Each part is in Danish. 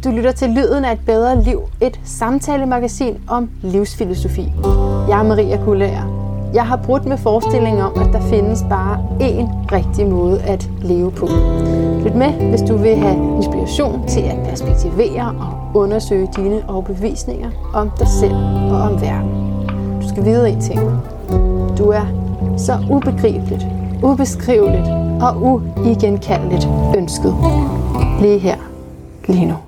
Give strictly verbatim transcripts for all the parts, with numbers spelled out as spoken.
Du lytter til Lyden af et bedre liv, et samtalemagasin om livsfilosofi. Jeg er Maria Kullager. Jeg har brudt med forestillingen om, at der findes bare én rigtig måde at leve på. Lyt med, hvis du vil have inspiration til at perspektivere og undersøge dine overbevisninger om dig selv og om verden. Du skal vide en ting. Du er så ubegribeligt, ubeskriveligt og uigenkaldeligt ønsket. Lige her, lige nu.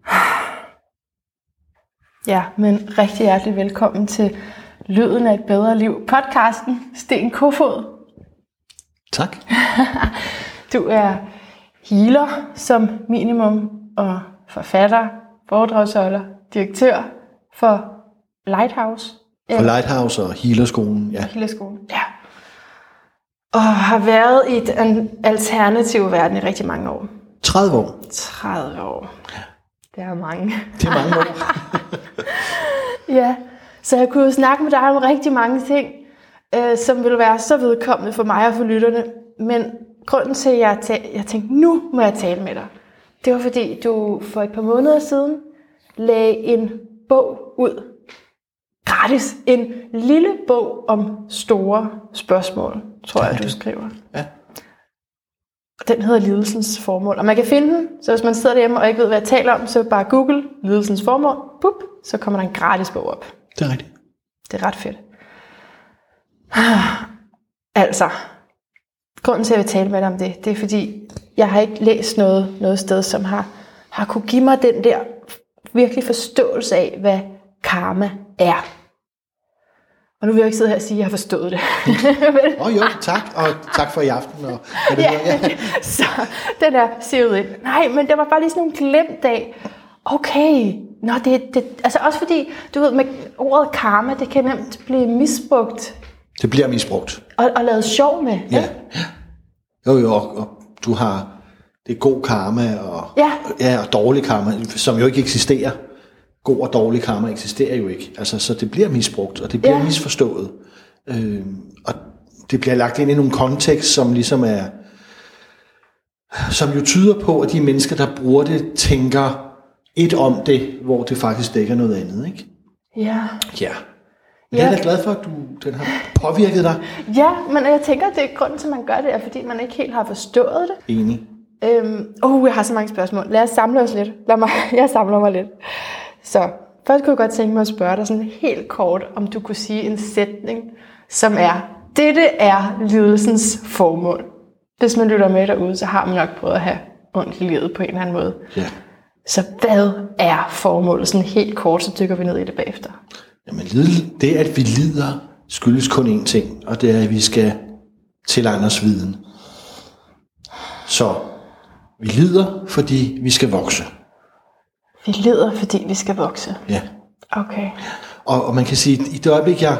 Ja, men rigtig hjertelig velkommen til Lyden af et bedre liv, podcasten Sten Kofod. Tak. Du er healer som minimum, og forfatter, foredragsholder, direktør for Lighthouse. For Lighthouse og Healerskolen, ja. Healerskolen, ja. Og har været i en alternativ verden i rigtig mange år. tredive år. tredive år. Ja. Det er mange. Det er mange år. Ja, så jeg kunne jo snakke med dig om rigtig mange ting, øh, som ville være så vedkommende for mig og for lytterne. Men grunden til, at jeg, tæ- jeg tænkte, nu må jeg tale med dig, det var fordi, du for et par måneder siden lagde en bog ud. Gratis. En lille bog om store spørgsmål, tror jeg, du skriver. Ja. Den hedder Lidelsens formål. Og man kan finde den, så hvis man sidder derhjemme og ikke ved, hvad jeg taler om, så bare google Lidelsens formål. Bup, så kommer der en gratis bog op. Det er rigtigt. Det er ret fedt. Altså, grunden til, at jeg vil tale med dig om det, det er fordi, jeg har ikke læst noget, noget sted, som har, har kunne give mig den der virkelig forståelse af, hvad karma er. Og nu vil jeg ikke sidde her og sige, at jeg har forstået det. Åh oh, jo, tak, og tak for i aften. Og, hvad det ja, hedder, ja. Så den er sivet ind. Nej, men det var bare lige sådan en glemt af, okay, nå, det, det, altså også fordi, du ved, med ordet karma, det kan nemt blive misbrugt. Det bliver misbrugt. Og, og lavet sjov med. Ja, ja. Jo jo, og, og du har, det er god karma og, ja. Ja, og dårlig karma, som jo ikke eksisterer. God og dårlig karma eksisterer jo ikke. Altså, så det bliver misbrugt, og det bliver ja. misforstået. Øh, og det bliver lagt ind i nogle kontekst, som ligesom er, som jo tyder på, at de mennesker, der bruger det, tænker et om det, hvor det faktisk dækker noget andet, ikke? Ja. Ja. Men ja. Jeg er da glad for, at du, den har påvirket dig. Ja, men jeg tænker, at det er grunden til, at man gør det, er, fordi man ikke helt har forstået det. Enig. Øhm, oh, jeg har så mange spørgsmål. Lad os samle os lidt. Lad mig, jeg samler mig lidt. Så først kunne jeg godt tænke mig at spørge dig sådan helt kort, om du kunne sige en sætning, som er, dette er lidelsens formål. Hvis man lytter med derude, så har man nok prøvet at have ondt i livet på en eller anden måde. Ja. Så hvad er formålet? Sådan helt kort, så dykker vi ned i det bagefter. Jamen, det at vi lider, skyldes kun én ting, og det er, at vi skal tilegne os viden. Så vi lider, fordi vi skal vokse. Vi lider, fordi vi skal vokse? Ja. Okay. Og, og man kan sige, at i det øjeblik, jeg,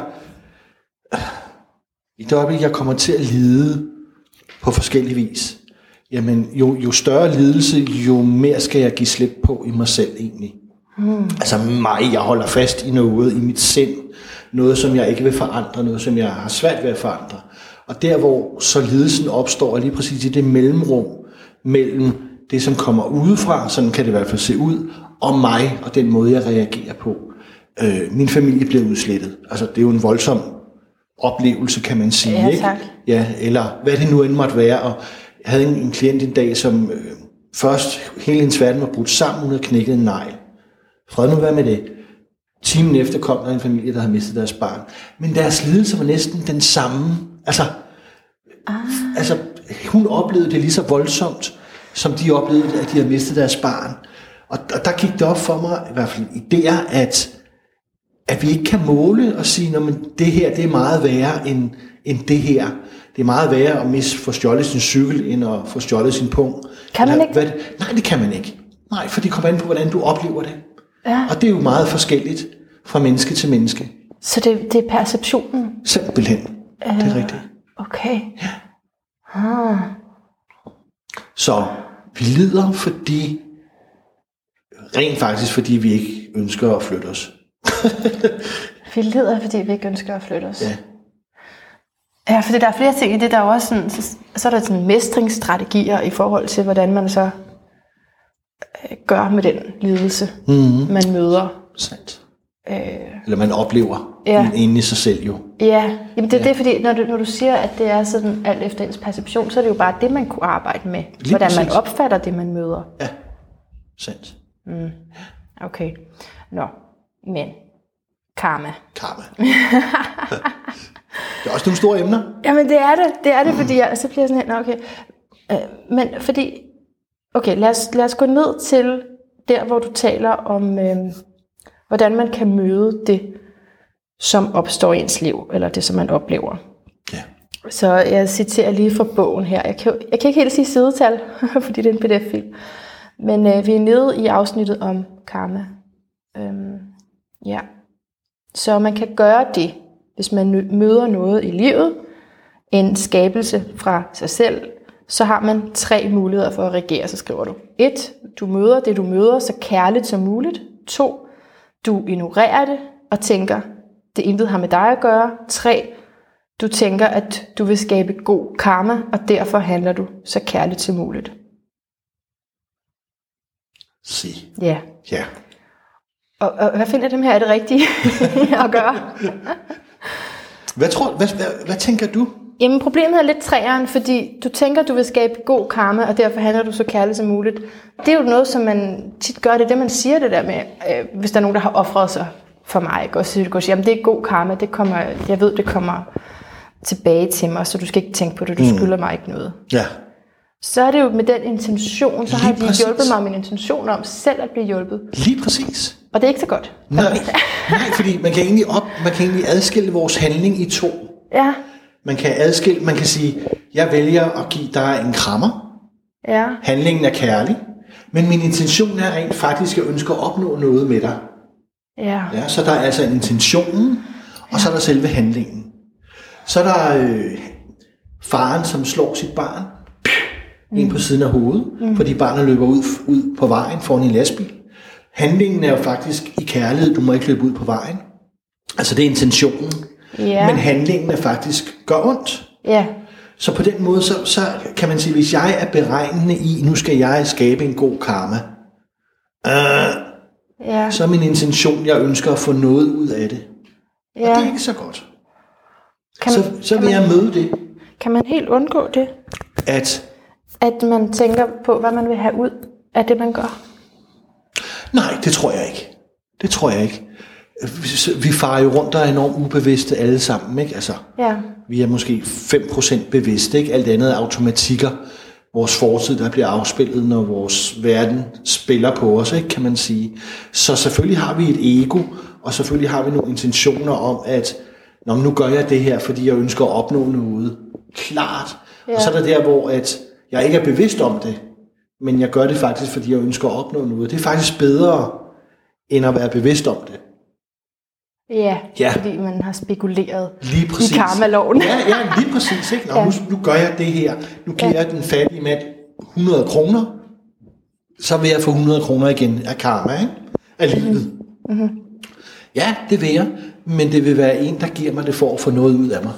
i det øjeblik, jeg kommer til at lide på forskellige vis, jamen, jo, jo større lidelse, jo mere skal jeg give slip på i mig selv egentlig. Hmm. Altså mig, jeg holder fast i noget i mit sind, noget som jeg ikke vil forandre, noget som jeg har svært ved at forandre. Og der hvor så lidelsen opstår, er lige præcis i det mellemrum mellem det som kommer udefra, sådan kan det i hvert fald se ud, og mig og den måde jeg reagerer på. Øh, min familie blev udslettet. Altså det er jo en voldsom oplevelse, kan man sige. Ja, ikke? tak. Ja, eller hvad det nu end måtte være. Og jeg havde en, en klient en dag, som øh, først hele hendes verden var brudt sammen, hun havde knækket en negl. Fred nu være med det. Timen efter kom der en familie, der havde mistet deres barn. Men deres lidelse var næsten den samme. Altså, ah. altså hun oplevede det lige så voldsomt, som de oplevede, at de havde mistet deres barn. Og, og der gik det op for mig, i hvert fald idéer, at, at vi ikke kan måle og sige, at det her det er meget værre end, end det her. Det er meget værre at mis, få stjålet sin cykel, end at få stjålet sin pung. Kan man ikke? Hvad, nej, det kan man ikke. Nej, for det kommer an på, hvordan du oplever det. Ja. Og det er jo meget forskelligt fra menneske til menneske. Så det, det er perceptionen? Simpelthen. Øh, det er rigtigt. Okay. Ja. Ah. Så vi lider, fordi rent faktisk, fordi vi ikke ønsker at flytte os. Vi lider, fordi vi ikke ønsker at flytte os. Ja. Ja, fordi der er flere ting i det, der er også sådan, så, så er der sådan mestringsstrategier i forhold til, hvordan man så øh, gør med den lidelse, Mm-hmm. man møder. Sandt. Øh, Eller man oplever Ja. inde i sig selv jo. ja, jamen det er Ja. det, fordi når du, når du siger, at det er sådan alt efter ens perception, så er det jo bare det, man kunne arbejde med. Lige hvordan man præcis. opfatter det, man møder. Ja, sandt. Okay. Nå, men karma. Karma. Det er også nogle store emner. Jamen det er det, det er det, fordi jeg, så bliver jeg sådan her, nå, okay. Øh, men fordi, okay, lad os, lad os gå ned til der, hvor du taler om, øh, hvordan man kan møde det, som opstår i ens liv, eller det, som man oplever. Ja. Så jeg citerer lige fra bogen her. Jeg kan, jeg kan ikke helt sige sidetal, fordi det er en P D F-fil. Men øh, vi er nede i afsnittet om karma. Øhm, ja. Så man kan gøre det, hvis man møder noget i livet, en skabelse fra sig selv, så har man tre muligheder for at reagere, så skriver du. Et, du møder det, du møder, så kærligt som muligt. To, du ignorerer det og tænker, det intet har med dig at gøre. Tre, du tænker, at du vil skabe god karma, og derfor handler du så kærligt som muligt. Sig. Ja. Ja. Og, og hvad finder dem her er det rigtige at gøre? Hvad, tror, hvad, hvad, hvad tænker du? Jamen problemet er lidt træeren, fordi du tænker, du vil skabe god karma, og derfor handler du så kærligt som muligt. Det er jo noget, som man tit gør, det er det, man siger det der med, øh, hvis der er nogen, der har offret sig for mig, ikke? Og så siger du, jamen det er god karma, det kommer, jeg ved, det kommer tilbage til mig, så du skal ikke tænke på det, du skylder mig ikke noget. Ja. Så er det jo med den intention, så har Lige de præcis. hjulpet mig med en intention om selv at blive hjulpet. Lige præcis. Og det er ikke så godt. Nej, nej, fordi man kan, egentlig op, man kan egentlig adskille vores handling i to. Ja, Man kan adskille, man kan sige, jeg vælger at give dig en krammer. ja, Handlingen er kærlig. Men min intention er rent faktisk, at jeg ønsker at opnå noget med dig. ja, Ja, så der er altså intentionen, og så er der selve handlingen. Så er der øh, faren, som slår sit barn mm. ind på siden af hovedet, mm. fordi barnet løber ud, ud på vejen foran en lastbil. Handlingen er jo faktisk i kærlighed, du må ikke løbe ud på vejen. Altså det er intentionen. ja, Men handlingen er faktisk gør ondt. ja, Så på den måde, så, så kan man sige, hvis jeg er beregnende i, nu skal jeg skabe en god karma, øh, ja, så er min intention, jeg ønsker at få noget ud af det. Og det er ja. ikke så godt. Kan, Så, så vil kan, jeg møde det, kan man helt undgå det? at At man tænker på, hvad man vil have ud af det, man gør? nej, det tror jeg ikke. Det tror jeg ikke. Vi farer jo rundt og er enormt ubevidste alle sammen, ikke? Altså, Ja, vi er måske fem procent bevidste, ikke? Alt andet er automatikker. Vores fortid, der bliver afspillet, når vores verden spiller på os, ikke, kan man sige. Så selvfølgelig har vi et ego, og selvfølgelig har vi nogle intentioner om, at Nå, men nu gør jeg det her, fordi jeg ønsker at opnå noget. Klart. Ja. Og så er der der, hvor at jeg ikke er bevidst om det, men jeg gør det faktisk, fordi jeg ønsker at opnå noget. Det er faktisk bedre, end at være bevidst om det. ja, Ja. fordi man har spekuleret Lige præcis. i karmaloven. Ja, ja, lige præcis. Ikke? Nå, Ja. nu, nu gør jeg det her. Nu giver Ja. jeg den fattige mand hundrede kroner. Så vil jeg få hundrede kroner igen af karma, ikke? Af livet. Mm-hmm. Ja, det vil jeg. Men det vil være en, der giver mig det for at få noget ud af mig.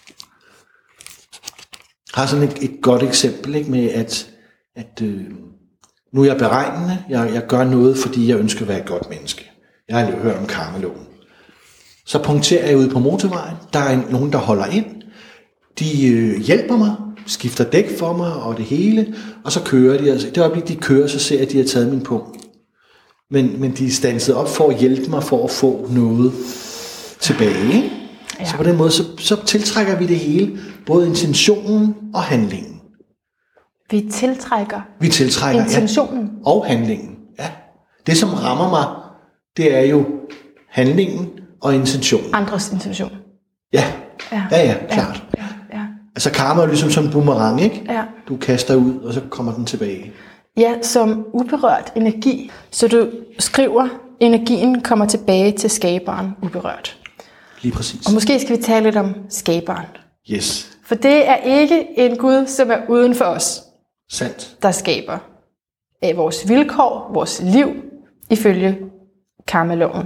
Jeg har sådan et, et godt eksempel, ikke, med, at, at øh, nu er jeg beregnende. Jeg, jeg gør noget, fordi jeg ønsker at være et godt menneske. Jeg har lige hørt om karmaloven. Så punkterer jeg ude på motorvejen. Der er en, nogen, der holder ind. De øh, hjælper mig, skifter dæk for mig og det hele. Og så kører de. Altså, det øjeblik, de kører, så ser jeg, at de har taget min punkt. Men, men de er standset op for at hjælpe mig for at få noget tilbage. Ikke? Ja. Så på den måde, så, så tiltrækker vi det hele. Både intentionen og handlingen. Vi tiltrækker Vi tiltrækker intentionen. Ja, og handlingen. Ja. Det, som rammer mig, det er jo handlingen og intentionen. Andres intention. Ja, Ja, ja, ja, klart. Ja, ja, Altså karma er jo ligesom sådan en boomerang, ikke? ja. Du kaster ud, og så kommer den tilbage. Ja, som uberørt energi. Så du skriver, energien kommer tilbage til skaberen uberørt. Lige præcis. Og måske skal vi tale lidt om skaberen. Yes, For det er ikke en Gud, som er uden for os, sandt. der skaber af vores vilkår, vores liv, ifølge karmaloven.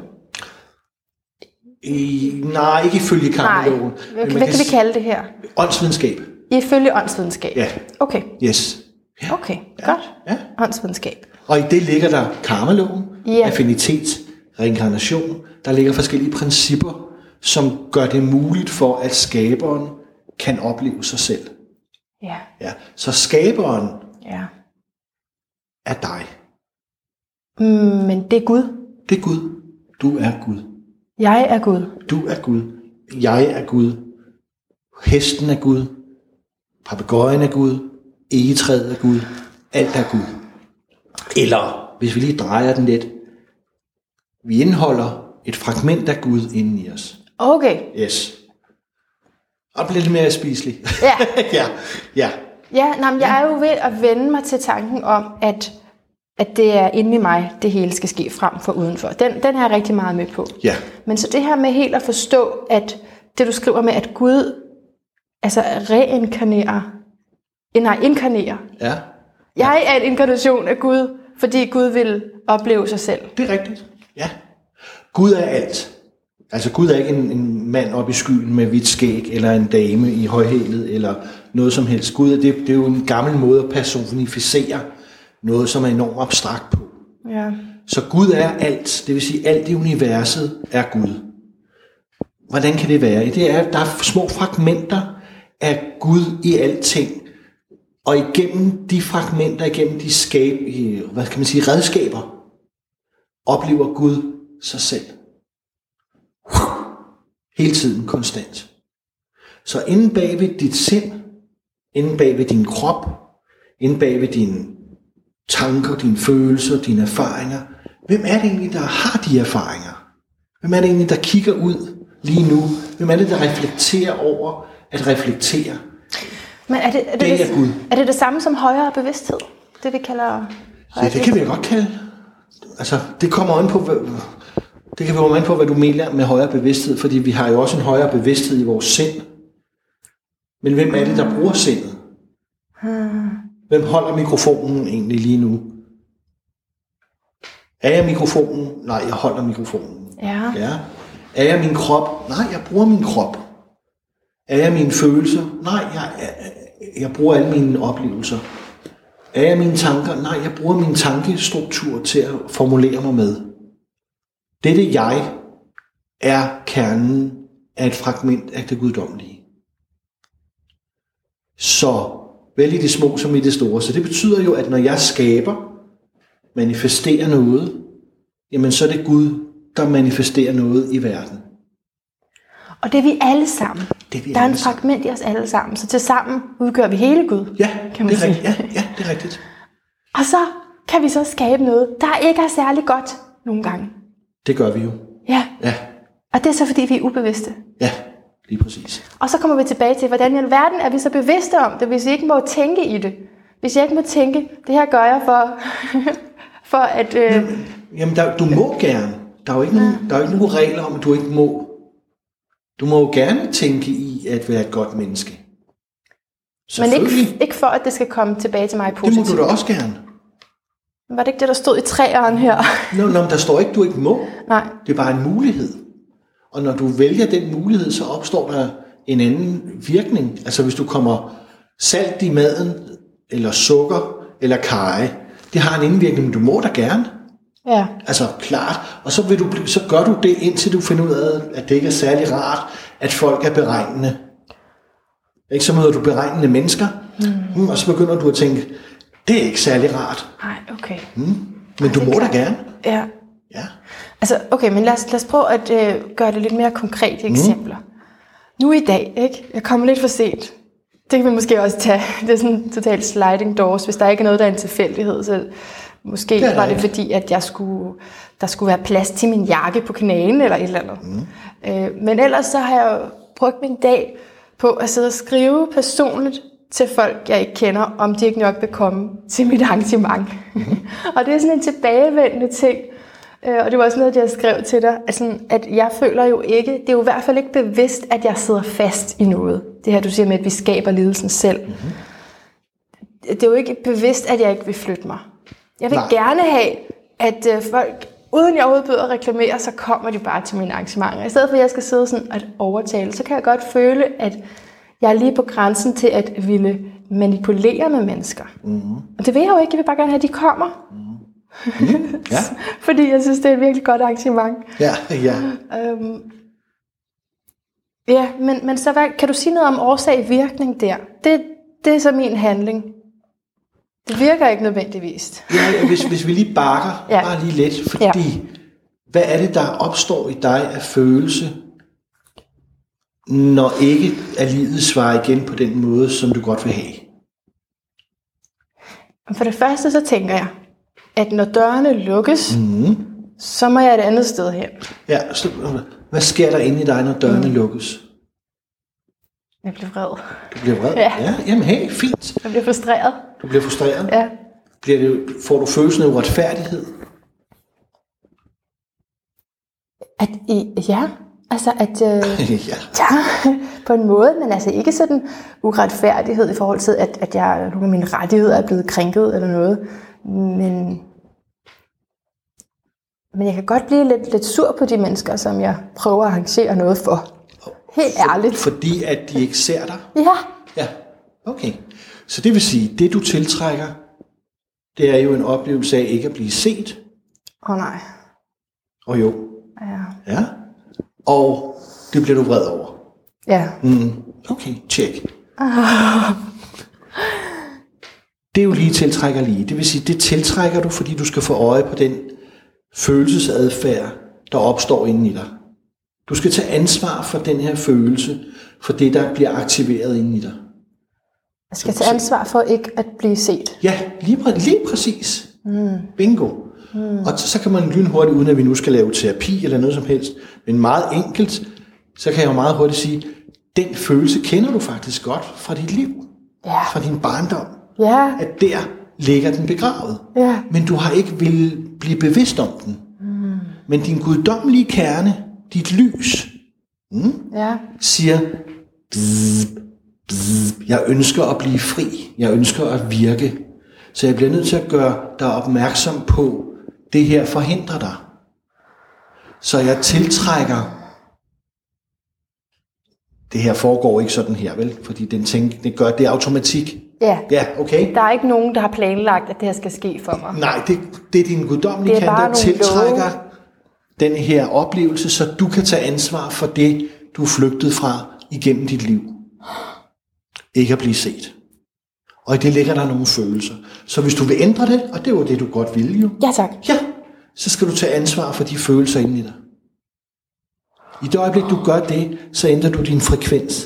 I, nej, ikke ifølge karmaloven. Nej, hvad, hvad kan vi kalde det her? Åndsvidenskab. Ifølge åndsvidenskab? Ja. Okay, Yes. okay, godt. Ja. Åndsvidenskab. Og i det ligger der karmaloven, Ja. affinitet, reinkarnation. Der ligger forskellige principper, som gør det muligt for, at skaberen kan opleve sig selv. Ja. Ja. Så skaberen Ja. er dig. Mm, men det er Gud. Det er Gud. Du er Gud. Jeg er Gud. Du er Gud. Jeg er Gud. Hesten er Gud. Papegøjen er Gud. Egetræet er Gud. Alt er Gud. Eller, hvis vi lige drejer den lidt, vi indeholder et fragment af Gud inden i os. Okay. Yes. Og bliver lidt mere spiselig. Ja. ja. Ja. Ja, nej, men jeg er jo ved at vende mig til tanken om, at, at det er inde i mig, det hele skal ske frem for udenfor. Den, den har jeg rigtig meget med på. Ja. Men så det her med helt at forstå, at det du skriver med, at Gud altså reinkarnerer, nej, inkarnerer. Ja. Jeg er en inkarnation af Gud, fordi Gud vil opleve sig selv. Det er rigtigt. Ja. Gud er alt. Altså Gud er ikke en, en mand oppe i skyen med hvidt skæg, eller en dame i højhælet, eller noget som helst. Gud er, det, det er jo en gammel måde at personificere noget, som er enormt abstrakt på. Ja. Så Gud er alt. Det vil sige, alt i universet er Gud. Hvordan kan det være? Det er, der er små fragmenter af Gud i alting. Og igennem de fragmenter, igennem de skab, hvad kan man sige, redskaber, oplever Gud sig selv. Hele tiden, konstant. Så inde bag ved dit sind, inde bag ved din krop, inde bag ved dine tanker, dine følelser, dine erfaringer, hvem er det egentlig, der har de erfaringer? Hvem er det egentlig, der kigger ud lige nu? Hvem er det, der reflekterer over at reflektere? Men er det, er det, Det er det, Gud. er det det samme som højere bevidsthed? Det vi kalder Ja, det kan vi godt kalde. Altså, det kommer an på, hvad, det kan vi komme an på, hvad du mener med højere bevidsthed, fordi vi har jo også en højere bevidsthed i vores sind. Men hvem er det, der bruger sindet? Hvem holder mikrofonen egentlig lige nu? Er jeg mikrofonen? Nej, jeg holder mikrofonen. Ja. Ja. Er jeg min krop? Nej, jeg bruger min krop. Er jeg mine følelser? Nej, jeg, jeg, jeg bruger alle mine oplevelser. Er jeg mine tanker? Nej, jeg bruger min tankestruktur til at formulere mig med. Dette jeg er kernen af et fragment af det guddommelige. Så vel i det små som i det store. Så det betyder jo, at når jeg skaber, manifesterer noget, jamen så er det Gud, der manifesterer noget i verden. Og det er vi alle sammen. Det er vi Der er en alle sammen. fragment i os alle sammen. Så til sammen udgør vi hele Gud. Ja, kan man det er sige. rigtigt. Ja, ja, det er rigtigt. Og så kan vi så skabe noget, der ikke er særlig godt nogle gange. Det gør vi jo. Ja. Ja, Og det er så fordi vi er ubevidste. ja, lige præcis. Og så kommer vi tilbage til, hvordan i alverden er vi så bevidste om det, hvis vi ikke må tænke i det. Hvis jeg ikke må tænke, det her gør jeg for, for at... Øh... Jamen, jamen der, du må gerne. Der er jo ikke nogen, der er jo ikke nogen regler om, at du ikke må. Du må jo gerne tænke i at være et godt menneske. Men ikke, ikke for, at det skal komme tilbage til mig positivt. Det må du da også gerne. Var det ikke det, der stod i træerne her? Nå, nå, der står ikke, du ikke må. Nej. Det er bare en mulighed. Og når du vælger den mulighed, så opstår der en anden virkning. Altså hvis du kommer salt i maden, eller sukker, eller karry, det har en indvirkning, men du må da gerne. Ja. Altså klart. Og så, vil du, så gør du det, indtil du finder ud af, at det ikke er særlig rart, at folk er beregnende. Ikke? Så møder du beregnende mennesker, mm. og så begynder du at tænke, det er ikke særlig rart. Nej, okay. Mm. Men du må da gerne. Ja. Ja. Altså, okay, men lad os, lad os prøve at øh, gøre det lidt mere konkrete eksempler. Mm. Nu i dag, ikke? Jeg kommer lidt for sent. Det kan vi måske også tage. Det er sådan totalt sliding doors, hvis der ikke er noget, der er en tilfældighed. Så måske det var det ikke. Fordi, at jeg skulle, der skulle være plads til min jakke på knæen eller et eller andet. Mm. Øh, men ellers så har jeg brugt min dag på at sidde og skrive personligt til folk, jeg ikke kender, om de ikke nok vil komme til mit arrangement. Mm. Og det er sådan en tilbagevendende ting. Og det var også noget, jeg skrev til dig, altså, at jeg føler jo ikke, det er jo i hvert fald ikke bevidst, at jeg sidder fast i noget. Det her, du siger med, at vi skaber lidelsen selv. Mm-hmm. Det er jo ikke bevidst, at jeg ikke vil flytte mig. Jeg vil Nej. gerne have, at øh, folk, uden jeg overhovedet begynder at reklamere, så kommer de bare til mine arrangementer. I stedet for, at jeg skal sidde sådan at overtale, så kan jeg godt føle, at jeg er lige på grænsen til at ville manipulere med mennesker. Mm-hmm. Og det vil jeg jo ikke, jeg vil bare gerne have, at de kommer. Mm-hmm. Mm, ja. Fordi jeg synes, det er et virkelig godt arrangement. Ja, ja. Øhm, ja, men, men så hvad, kan du sige noget om årsag-virkning der? Det, det er så min handling. Det virker ikke nødvendigvis. Ja, hvis, hvis vi lige bakker, ja. bare lige lidt, fordi ja. hvad er det, der opstår i dig af følelse, når ikke at livet svarer igen på den måde, som du godt vil have? For det første så tænker jeg, at når dørene lukkes, mm. så må jeg et andet sted hen. Ja, så hvad sker der inde i dig, når dørene mm. lukkes? Jeg bliver vred. Du bliver vred? Ja. Ja, jamen hey, fint. Jeg bliver frustreret. Du bliver frustreret? Ja. Bliver det, får du følelsen af uretfærdighed? At, ja, altså at, øh, ja. ja, på en måde, men altså ikke sådan uretfærdighed i forhold til, at, at jeg, nogle af mine rettigheder er blevet krænket eller noget, men, men jeg kan godt blive lidt, lidt sur på de mennesker, som jeg prøver at arrangere noget for. Helt for, ærligt. Fordi at de ikke ser dig? Ja. Ja, okay. Så det vil sige, det du tiltrækker, det er jo en oplevelse af ikke at blive set. Åh oh, nej. Og jo. Ja. Ja. Og det bliver du vred over. Ja. Mm. Okay, tjek. Ah. Det er jo lige tiltrækker lige. Det vil sige, det tiltrækker du, fordi du skal få øje på den følelsesadfærd, der opstår inde i dig. Du skal tage ansvar for den her følelse, for det, der bliver aktiveret inde i dig. Jeg skal tage ansvar for ikke at blive set. Ja, lige, præ- lige præcis. Mm. Bingo. Mm. Og så kan man lynhurtigt, uden at vi nu skal lave terapi eller noget som helst, men meget enkelt, så kan jeg jo meget hurtigt sige, den følelse kender du faktisk godt fra dit liv, ja. fra din barndom. Ja. At der ligger den begravet. Ja. Men du har ikke vil blive bevidst om den. Mm. Men din guddommelige kerne, dit lys, mm, ja. siger, bzz, bzz, jeg ønsker at blive fri, jeg ønsker at virke. Så jeg bliver nødt til at gøre dig opmærksom på, det her forhindrer dig. Så jeg tiltrækker, det her foregår ikke sådan her, vel? Fordi den tænker, det gør det er automatik. Ja. Ja, okay. Der er ikke nogen, der har planlagt, at det her skal ske for mig. Nej, det, det er din guddommelige kant, der tiltrækker love. Den her oplevelse, så du kan tage ansvar for det, du er flygtet fra igennem dit liv. Ikke at blive set. Og i det ligger der nogle følelser. Så hvis du vil ændre det, og det var det, du godt ville jo. Ja, tak. Ja, så skal du tage ansvar for de følelser inde i dig. I det øjeblik, du gør det, så ændrer du din frekvens.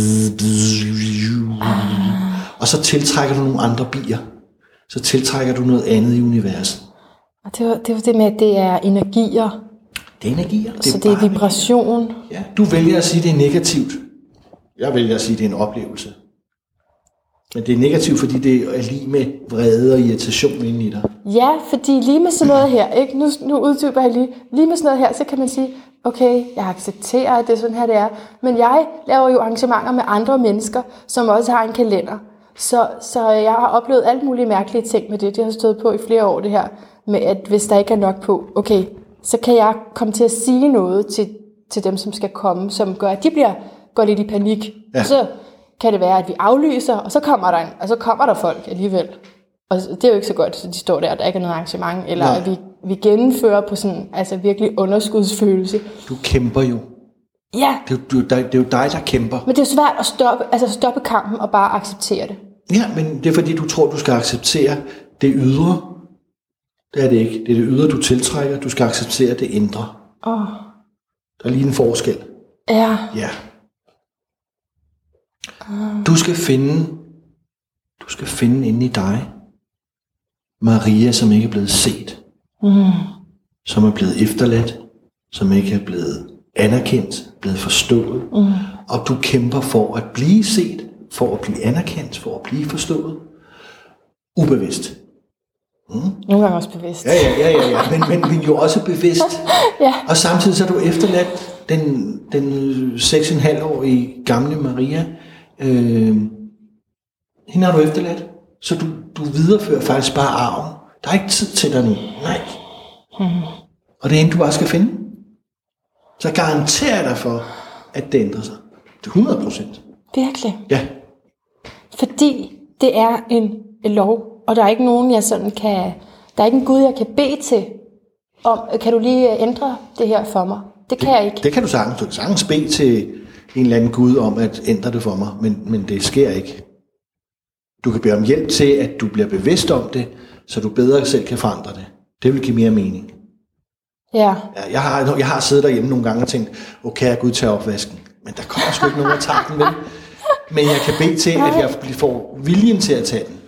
Og så tiltrækker du nogle andre bier. Så tiltrækker du noget andet i universet. Og det var det, var det med, at det er energier. Det er energier. Det så er det er vibration. Energi. Ja, du vælger at sige, at det er negativt. Jeg vælger at sige, at det er en oplevelse. Men det er negativt, fordi det er lige med vrede og irritation inde i dig. Ja, fordi lige med sådan noget her, ikke? Nu, nu uddyber jeg lige, lige med sådan noget her, så kan man sige, okay, jeg accepterer, at det er sådan her, det er. Men jeg laver jo arrangementer med andre mennesker, som også har en kalender. Så, så jeg har oplevet alt mulige mærkelige ting med det. Det har stået på i flere år, det her, med at hvis der ikke er nok på, okay, så kan jeg komme til at sige noget til, til dem, som skal komme, som gør, at de bliver, går lidt i panik. Ja. Så kan det være, at vi aflyser, og så kommer der, en, og så kommer der folk alligevel. Og det er jo ikke så godt, så de står der, og der ikke er noget arrangement, eller Nej. at vi, vi gennemfører på sådan, altså virkelig underskudsfølelse. Du kæmper jo. Ja. Det er, jo, det er jo dig, der kæmper. Men det er jo svært at stoppe, altså stoppe kampen og bare acceptere det. Ja, men det er fordi, du tror, du skal acceptere det ydre. Det er det ikke. Det er det ydre, du tiltrækker. Du skal acceptere det indre. Åh. Oh. Der er lige en forskel. Ja. Ja. Du skal finde, du skal finde inde i dig, Maria, som ikke er blevet set, mm. som er blevet efterladt, som ikke er blevet anerkendt, blevet forstået, mm. og du kæmper for at blive set, for at blive anerkendt, for at blive forstået, ubevidst. Mm. Nogle gange også bevidst. Ja, ja, ja, ja, ja. Men, men, men jo også bevidst. Ja. Og samtidig så er du efterladt den, den seks og en halv årige gamle Maria. Øh, hende har du efterladt. Så du, du viderefører faktisk bare arven. Der er ikke tid til dig nu. Nej. Mm. Og det er hende, du bare skal finde. Så garanterer jeg dig for, at det ændrer sig. Det er hundrede procent. Virkelig? Ja. Fordi det er en lov, og der er ikke nogen, jeg sådan kan, Der er ikke en Gud, jeg kan bede til, om, kan du lige ændre det her for mig? Det kan det, jeg ikke. Det kan du sagtens. Du kan sagtens bede til en eller anden Gud om at ændre det for mig, men, men det sker ikke. Du kan bede om hjælp til, at du bliver bevidst om det, så du bedre selv kan forandre det. Det vil give mere mening. Ja. Ja, jeg, har, jeg har siddet derhjemme nogle gange og tænkt, okay, jeg Gud tager opvasken. Men der kommer sgu ikke nogen at tage den med. Men jeg kan bede til, at jeg får viljen til at tage den.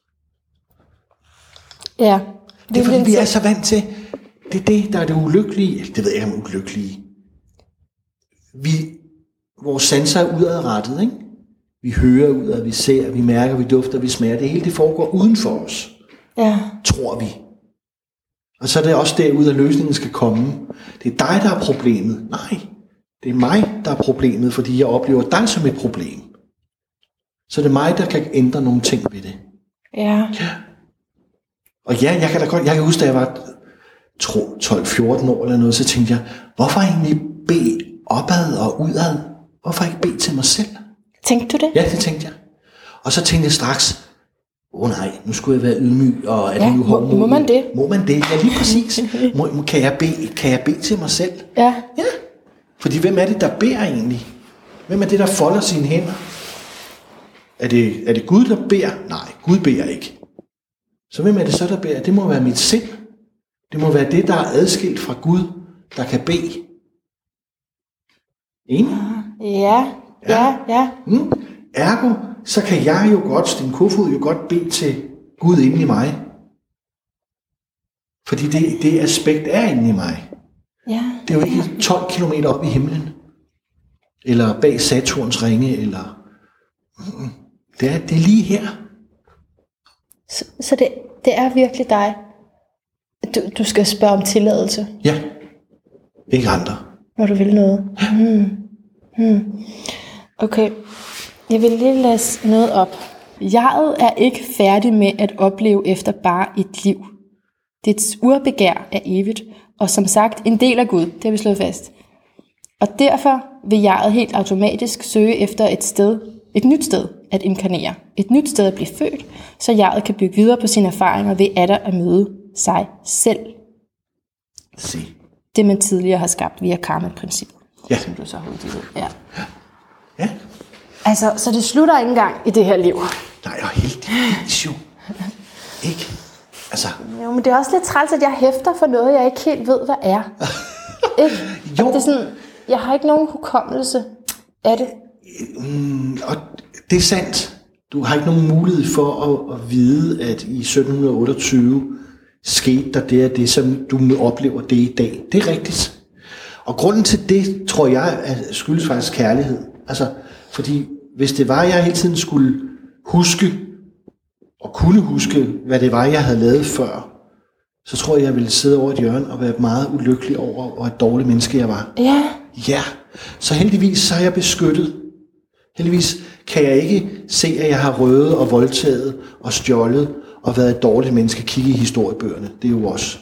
Ja. Det er fordi, vi er så vant til, det er det, der er det ulykkelige. Det ved jeg ikke om ulykkelige. Vi, vores sanser er udadrettet, ikke? Vi hører udad, vi ser, vi mærker, vi dufter, vi smager. Det hele det foregår uden for os. Ja. Tror vi. Og så er det også derude, at løsningen skal komme. Det er dig, der er problemet. Nej, det er mig, der er problemet, fordi jeg oplever dig som et problem. Så det er mig, der kan ændre nogle ting ved det. Ja. Ja. Og ja, jeg kan da godt, jeg kan huske, da jeg var tolv fjorten år eller noget, så tænkte jeg, hvorfor egentlig bede opad og udad? Hvorfor ikke bede til mig selv? Tænkte du det? Ja, det tænkte jeg. Og så tænkte jeg straks, åh oh, nej, nu skulle jeg være ydmyg, og er ja, det nu må, må man det? Må man det? Ja, lige præcis. Må, kan, jeg bede, kan jeg bede til mig selv? Ja. Ja. Fordi hvem er det, der beder egentlig? Hvem er det, der folder sine hænder? Er det, er det Gud, der beder? Nej, Gud beder ikke. Så hvem er det så, der beder? Det må være mit sind. Det må være det, der er adskilt fra Gud, der kan bede. Enig? Ja, ja, ja. Mm. Ergo, så kan jeg jo godt, Sten Kofod, jo godt bede til Gud inde i mig. Fordi det, det aspekt er inde i mig. Ja. Det er jo ikke tolv kilometer op i himlen. Eller bag Saturns ringe, eller... Det er, det er lige her. Så, så det, det er virkelig dig. Du, du skal spørge om tilladelse. Ja. Ikke andre. Når du vil noget. Hmm. Hmm. Okay. Jeg vil lige læse noget op. Jeget er ikke færdig med at opleve efter bare et liv. Dets urbegær er evigt, og som sagt en del af Gud, det har vi slået fast. Og derfor vil jeget helt automatisk søge efter et sted, et nyt sted at inkarnere. Et nyt sted at blive født, så jeget kan bygge videre på sine erfaringer ved atter at møde sig selv. Se. Det man tidligere har skabt via karma-princippet. Ja. Som du så har udgivet. Ja. Ja. Altså, så det slutter ikke engang i det her liv. Nej, og heldigvis jo. Ikke? Altså. Jo, men det er også lidt træls, at jeg hæfter for noget, jeg ikke helt ved, hvad er. Ikke? Jo. Det er sådan, jeg har ikke nogen hukommelse af det. Mm, og det er sandt. Du har ikke nogen mulighed for at, at vide, at i sytten otteogtyve skete der det og det, som du oplever det i dag. Det er rigtigt. Og grunden til det, tror jeg, er skyldes faktisk kærlighed. Altså, fordi hvis det var, at jeg hele tiden skulle huske, og kunne huske, hvad det var, jeg havde lavet før, så tror jeg, jeg ville sidde over et hjørne og være meget ulykkelig over, hvor et dårligt menneske jeg var. Ja. Ja, så heldigvis så er jeg beskyttet. Heldigvis kan jeg ikke se, at jeg har røvet og voldtaget og stjålet og været et dårligt menneske. Kigge i historiebøgerne, det er jo også.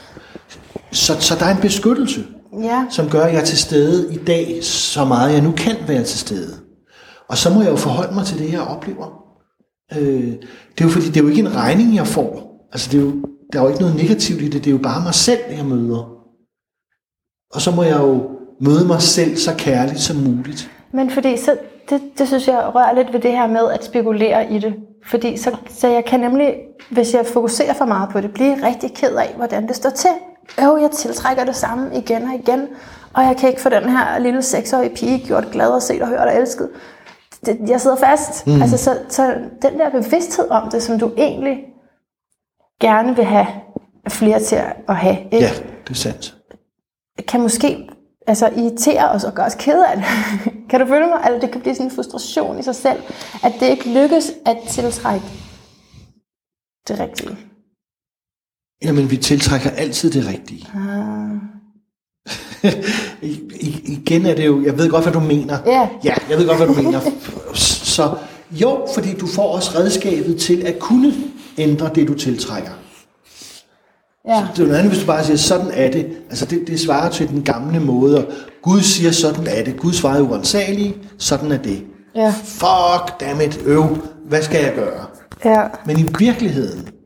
Så, så der er en beskyttelse, Ja. som gør, at jeg er til stede i dag, så meget jeg nu kan være til stede. Og så må jeg jo forholde mig til det, jeg oplever. Øh, det er jo fordi, det er jo ikke en regning, jeg får. Altså, det er jo, der er jo ikke noget negativt i det, det er jo bare mig selv, jeg møder. Og så må jeg jo møde mig selv så kærligt som muligt. Men fordi, så, det, det synes jeg rører lidt ved det her med at spekulere i det. Fordi så, så jeg kan nemlig, hvis jeg fokuserer for meget på det, blive rigtig ked af, hvordan det står til. Øh, jeg tiltrækker det samme igen og igen, og jeg kan ikke få den her lille seksårige pige gjort glad og set og hørt og elsket. Det, jeg sidder fast. Mm. Altså, så, så den der bevidsthed om det, som du egentlig gerne vil have flere til at have, ikke? Ja, det er sandt. Kan måske altså, irritere os og gøre os kede af det. Kan du følge mig? Altså, det kan blive sådan en frustration i sig selv, at det ikke lykkes at tiltrække det rigtige. Jamen, vi tiltrækker altid det rigtige. Ah. I, I, igen er det jo, jeg ved godt, hvad du mener. Yeah. Ja, jeg ved godt, hvad du mener. Så jo, fordi du får også redskabet til at kunne ændre det, du tiltrækker. Ja. Så det er noget andet, hvis du bare siger, sådan er det. Altså, det, det svarer til den gamle måde. Gud siger, sådan er det. Gud svarer uansageligt, sådan er det. Ja. Fuck, dammit, øv, hvad skal jeg gøre? Ja. Men i virkeligheden,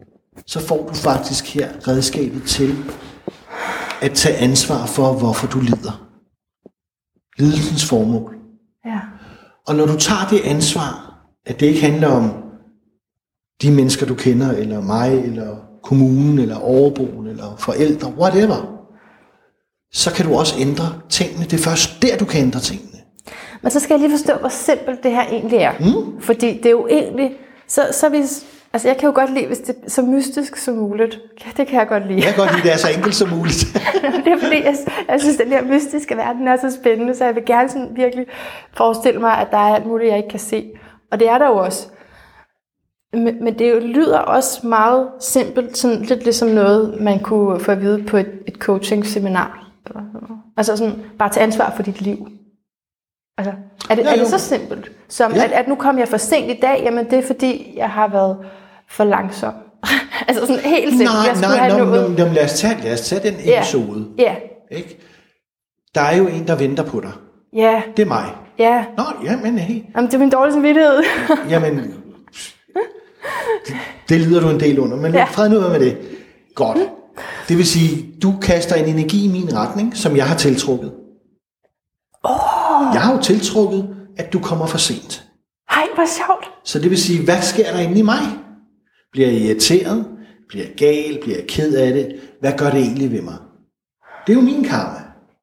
så får du faktisk her redskabet til at tage ansvar for, hvorfor du lider. Lidelsens formål. Ja. Og når du tager det ansvar, at det ikke handler om de mennesker, du kender, eller mig, eller kommunen, eller overboen, eller forældre, whatever, så kan du også ændre tingene. Det er først der, du kan ændre tingene. Men så skal jeg lige forstå, hvor simpelt det her egentlig er. Mm. Fordi det er jo egentlig... Så, så hvis, altså jeg kan jo godt lide, hvis det er så mystisk som muligt. Ja, det kan jeg godt lide. Jeg kan godt lide, det er så enkelt som muligt. Det er fordi, jeg, jeg synes, at den her mystiske verden er så spændende, så jeg vil gerne sådan virkelig forestille mig, at der er alt muligt, jeg ikke kan se. Og det er der jo også. Men, men det jo lyder også meget simpelt, sådan lidt ligesom noget, man kunne få at vide på et, et coaching-seminar. Altså sådan, bare tage ansvar for dit liv. Altså, er det, ja, er det så simpelt, som ja. at, at nu kom jeg for sent i dag, jamen det er fordi, jeg har været for langsom. Altså sådan helt simpelt. Nej, jeg nej, have no, noget... no, no, lad, os tage, lad os tage den episode. Ja. Yeah. Ikke? Der er jo en, der venter på dig. Ja. Yeah. Det er mig. Ja. Yeah. Nå, jamen hey. Jamen, det er min dårlige samvittighed. Jamen, det, det lider du en del under, men ja. Fred nu med det. Godt. Det vil sige, du kaster en energi i min retning, som jeg har tiltrukket. Oh. Jeg har jo tiltrukket, at du kommer for sent. Hej, hvor sjovt. Så det vil sige, hvad sker der inde i mig? Bliver jeg irriteret? Bliver jeg gal? Bliver jeg ked af det? Hvad gør det egentlig ved mig? Det er jo min karma.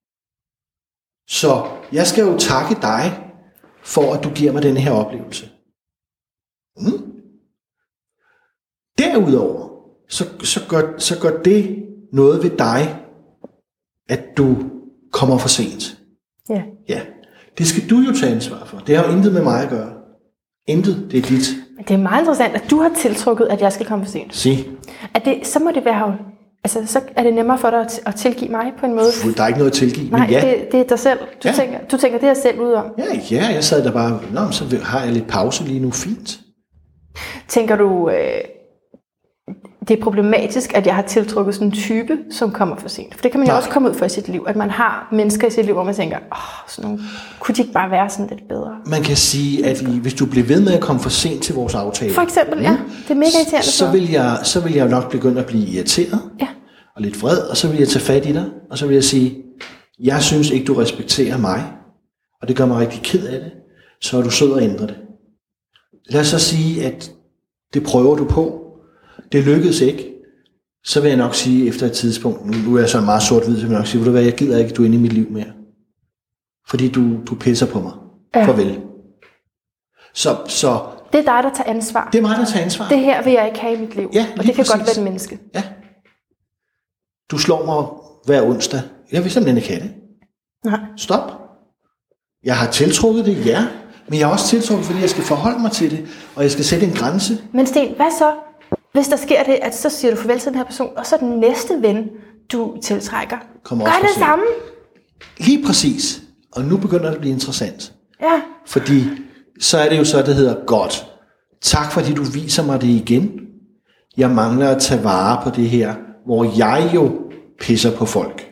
Så jeg skal jo takke dig, for at du giver mig den her oplevelse. Mm. Derudover, så, så, gør, så gør det noget ved dig, at du kommer for sent. Ja. Ja. Det skal du jo tage ansvar for. Det har jo intet med mig at gøre. Intet, det er dit. Det er meget interessant, at du har tiltrukket, at jeg skal komme for sent. Se. At det, så må det være, altså så er det nemmere for dig at, at tilgive mig på en måde. Der er ikke noget at tilgive. Nej, men ja. det, det er dig selv. Du, ja. tænker, du tænker det her selv ud om. Ja, ja, jeg sad der bare, nå, så har jeg lidt pause lige nu, fint. Tænker du, øh, det er problematisk, at jeg har tiltrukket sådan en type, som kommer for sent? For det kan man jo Nej. også komme ud for i sit liv, at man har mennesker i sit liv, hvor man tænker, åh, sådan nogle, kunne de ikke bare være sådan lidt bedre? Man kan sige, at I, hvis du bliver ved med at komme for sent til vores aftale, for eksempel, ja, det er mega irriterende. Så vil jeg, så vil jeg nok begynde at blive irriteret, ja. og lidt vred, og så vil jeg tage fat i dig, og så vil jeg sige, jeg synes ikke, du respekterer mig, og det gør mig rigtig ked af det, så er du sød at ændre det. Lad os så sige, at det prøver du på, det lykkedes ikke, så vil jeg nok sige efter et tidspunkt, nu er jeg så meget sort-hvid, så vil jeg nok sige, ved du hvad, jeg gider ikke, du er inde i mit liv mere. Fordi du, du pisser på mig. Ja. Farvel. Så, så, det er dig, der tager ansvar. Det er mig, der tager ansvar. Det her vil jeg ikke have i mit liv, ja, og det kan præcis. godt være et menneske. Ja. Du slår mig hver onsdag. Jeg vil simpelthen ikke have det. Nej. Stop. Jeg har tiltrukket det, ja, men jeg har også tiltrukket, fordi jeg skal forholde mig til det, og jeg skal sætte en grænse. Men Sten, hvad så? Hvis der sker det, at så siger du farvel til den her person, og så den næste ven, du tiltrækker, Kommer gør det se. samme. Lige præcis. Og nu begynder det at blive interessant. Ja. Fordi så er det jo så, det hedder godt. Tak fordi du viser mig det igen. Jeg mangler at tage vare på det her, hvor jeg jo pisser på folk.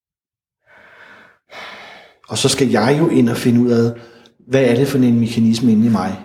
Og så skal jeg jo ind og finde ud af, hvad er det for en mekanisme inde i mig.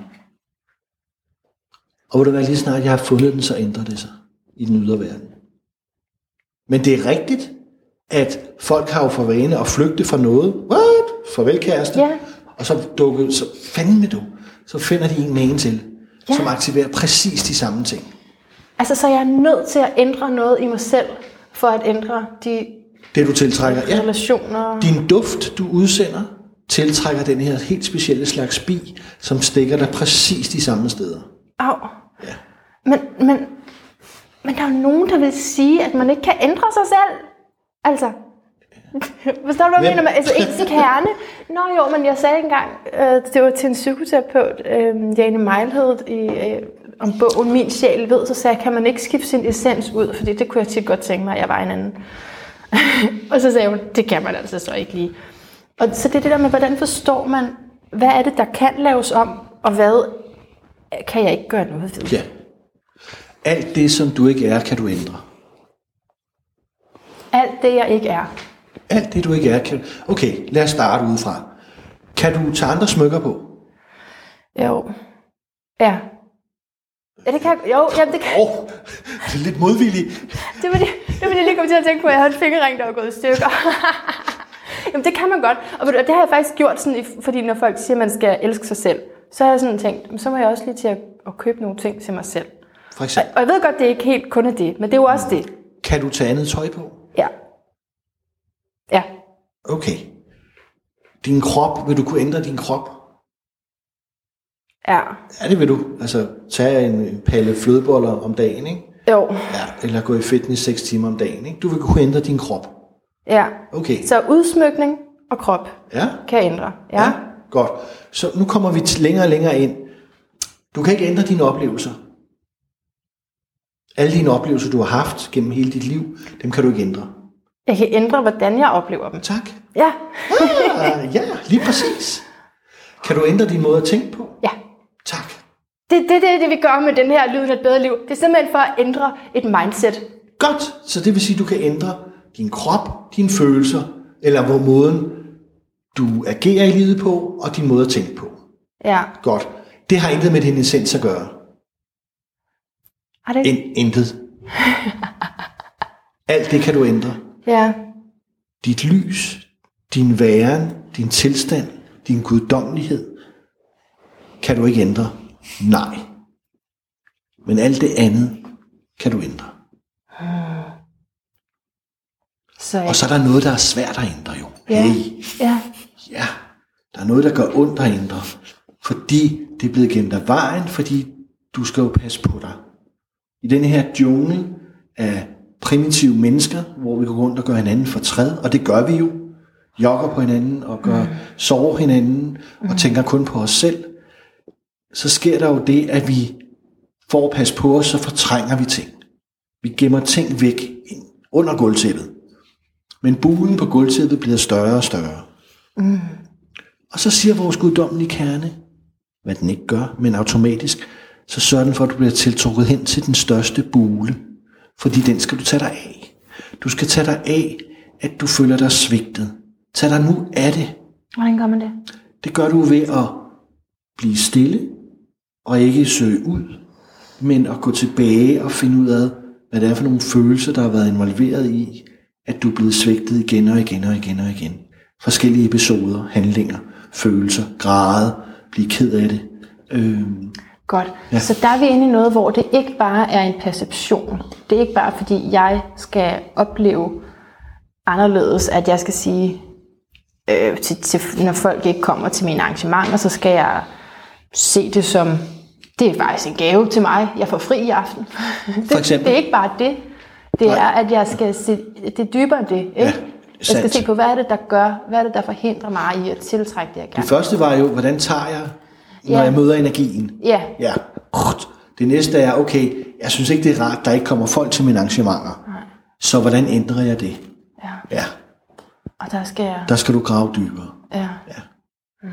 Og hvor det være lige snart, jeg har fundet den, så ændrer det sig i den ydre verden. Men det er rigtigt, at folk har jo for vane at flygte fra noget. What? Farvel kæreste. Ja. Og så dukker, så fandme du, så finder de en magen til, ja. som aktiverer præcis de samme ting. Altså, så jeg er nødt til at ændre noget i mig selv, for at ændre de det, du tiltrækker. Ja. relationer. Din duft, du udsender, tiltrækker den her helt specielle slags bi, som stikker dig præcis de samme steder. Au. Ja. Men, men, men der er jo nogen, der vil sige, at man ikke kan ændre sig selv. Altså, forstår du, hvad jeg mener med altså, ens kerne? Nå jo, men jeg sagde engang, øh, det var til en psykoterapeut, øh, Jane Mejlhed, i, øh, om bogen Min Sjæl Ved, så sagde jeg, kan man ikke skifte sin essens ud, fordi det kunne jeg tit godt tænke mig, at jeg var en anden. Og så sagde hun, det kan man altså så ikke lige. Og så det er det der med, hvordan forstår man, hvad er det, der kan laves om, og hvad kan jeg ikke gøre noget ved? Ja. Alt det, som du ikke er, kan du ændre. Alt det, jeg ikke er. Alt det, du ikke er, kan... Okay, lad os starte udefra. Kan du tage andre smykker på? Jo. Ja. Ja, det kan jeg. Jo, jamen, det kan Åh, oh, det er lidt modvilligt. Det var det, det, var det lige kom til at tænke på, at jeg havde en fingerring, der var gået i stykker. Jamen, det kan man godt. Og det har jeg faktisk gjort, sådan, fordi når folk siger, at man skal elske sig selv, så har jeg sådan tænkt, så må jeg også lige til at, at købe nogle ting til mig selv. For eksempel. Og, og jeg ved godt, det er ikke helt kun er det, men det er jo også det. Kan du tage andet tøj på? Ja. Ja. Okay. Din krop, vil du kunne ændre din krop? Ja. Ja, det vil du. Altså, tage en palle flødeboller om dagen, ikke? Jo. Ja, eller gå i fitness seks timer om dagen, ikke? Du vil kunne ændre din krop. Ja. Okay. Så udsmykning og krop ja. kan ændre. Ja. ja. Godt. Så nu kommer vi længere og længere ind. Du kan ikke ændre dine oplevelser. Alle dine oplevelser, du har haft gennem hele dit liv, dem kan du ikke ændre. Jeg kan ændre, hvordan jeg oplever dem. Tak. Ja. ah, ja, lige præcis. Kan du ændre din måde at tænke på? Ja. Tak. Det er det, det, det, vi gør med den her Lyden af et bedre liv. Det er simpelthen for at ændre et mindset. Godt. Så det vil sige, at du kan ændre din krop, dine følelser, eller hvor måden du agerer i livet på, og din måde at tænke på. Ja. Godt. Det har intet med din essens at gøre. Har det ikke? In, intet. Alt det kan du ændre. Ja. Dit lys, din væren, din tilstand, din guddommelighed, kan du ikke ændre. Nej. Men alt det andet kan du ændre. Hmm. Så, og så er der noget, der er svært at ændre jo. Ja. Hey. Ja. Ja. Der er noget, der gør ondt at ændre. Fordi det er blevet gemt af vejen, fordi du skal jo passe på dig. I den her jungle af primitive mennesker, hvor vi går rundt og gør hinanden fortræd, og det gør vi jo. Jogger på hinanden og gør, mm. sover hinanden og mm. tænker kun på os selv. Så sker der jo det, at vi for at passe på os, så fortrænger vi ting. Vi gemmer ting væk under gulvtæppet. Men bulen på gulvtæppet bliver større og større. Mm. Og så siger vores guddommelige kerne, hvad den ikke gør, men automatisk, så sørger den for, at du bliver tiltrukket hen til den største bule. Fordi den skal du tage dig af. Du skal tage dig af, at du føler dig svigtet. Tag dig nu af det. Hvordan gør man det? Det gør du ved at blive stille, og ikke søge ud, men at gå tilbage og finde ud af, hvad det er for nogle følelser, der har været involveret i, at du er blevet svigtet igen og igen og igen og igen. Forskellige episoder, handlinger, følelser, græde, blive ked af det. Øhm, Godt. Ja. Så der er vi inde i noget, hvor det ikke bare er en perception. Det er ikke bare fordi jeg skal opleve anderledes, at jeg skal sige, øh, til, til, når folk ikke kommer til mine arrangementer, så skal jeg se det som, det er faktisk en gave til mig, jeg får fri i aften. det, For eksempel? det er ikke bare det. Det er, at jeg skal se, det er dybere end det. Ikke? Ja, jeg skal se på, hvad er det, der gør, hvad er det, der forhindrer mig i at tiltrække det, jeg gerne. Det første var jo, hvordan tager jeg, når ja. jeg møder energien? Ja. ja. Det næste er, okay, jeg synes ikke, det er rart, der ikke kommer folk til mine arrangementer. Nej. Så hvordan ændrer jeg det? Ja. ja. Og der skal jeg... Der skal du grave dybere. Ja. ja. Mm.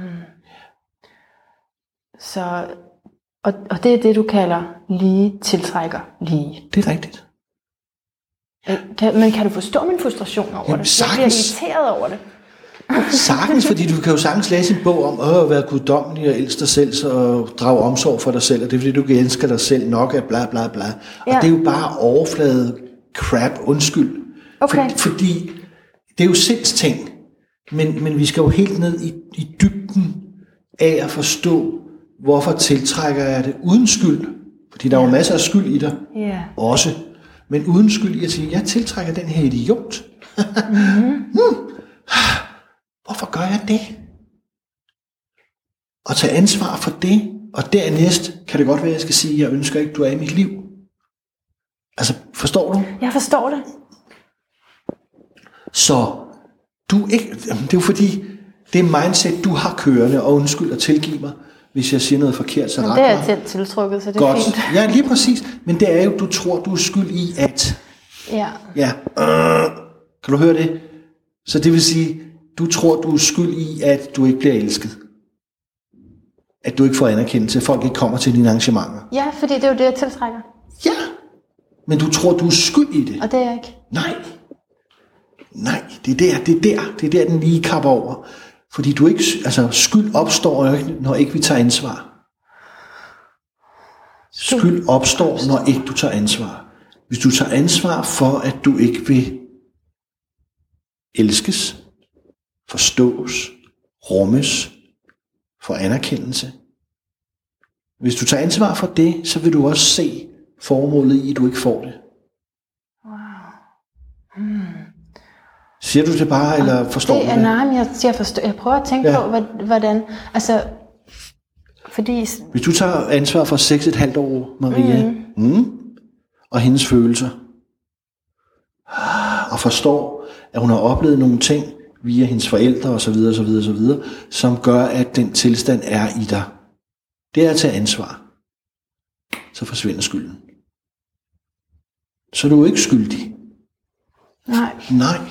Så, og, og det er det, du kalder lige tiltrækker lige. Det er rigtigt. Kan, men kan du forstå min frustration over Jamen, det? Sagtens. Jeg bliver irriteret over det. Sagtens, fordi du kan jo sagtens læse en bog om at være guddommelig og elske dig selv og drage omsorg for dig selv, og det er fordi, du kan elske dig selv nok af bla bla bla. Og ja. Det er jo bare overflade crap, undskyld. Okay. For, fordi det er jo sindsting, men, men vi skal jo helt ned i, i dybden af at forstå, hvorfor tiltrækker jeg det uden skyld. Fordi der ja. er jo masser af skyld i dig ja. også. Men uden skyld i at sige, jeg tiltrækker den her idiot. mm-hmm. hmm. Hvorfor gør jeg det? Og tage ansvar for det, og dernæst kan det godt være, at jeg skal sige, at jeg ønsker ikke, at du er i mit liv. Altså, forstår du? Jeg forstår det. Så du ikke, det er jo fordi, det mindset, du har kørende, og undskyld og tilgive mig, hvis jeg siger noget forkert, så ret mig. Det er jeg selv tiltrukket, så det godt. er fint. Ja, lige præcis. Men det er jo, du tror, du er skyld i at. Ja. Ja. Øh, kan du høre det? Så det vil sige, du tror, du er skyld i, at du ikke bliver elsket. At du ikke får anerkendelse, at folk ikke kommer til dine arrangementer. Ja, fordi det er jo det, jeg tiltrækker. Ja, men du tror, du er skyld i det. Og det er jeg ikke. Nej. Nej, det er der, det er der, det er der, den lige kapper over. Fordi du ikke, altså skyld opstår jo ikke, når ikke vi tager ansvar. Skyld opstår, når ikke du tager ansvar. Hvis du tager ansvar for, at du ikke vil elskes, forstås, rummes, for anerkendelse. Hvis du tager ansvar for det, så vil du også se formålet i, at du ikke får det. Wow. Hmm. Siger du det bare, eller forstår det, du det? Nej, men jeg, jeg, forstår, jeg prøver at tænke ja. på, hvordan... Altså, fordi... Hvis du tager ansvar for seks et halvt år, Maria, mm. Mm, og hendes følelser, og forstår, at hun har oplevet nogle ting via hendes forældre osv., osv., osv., som gør, at den tilstand er i dig. Det er at tage ansvar. Så forsvinder skylden. Så er du ikke skyldig. Nej. Nej.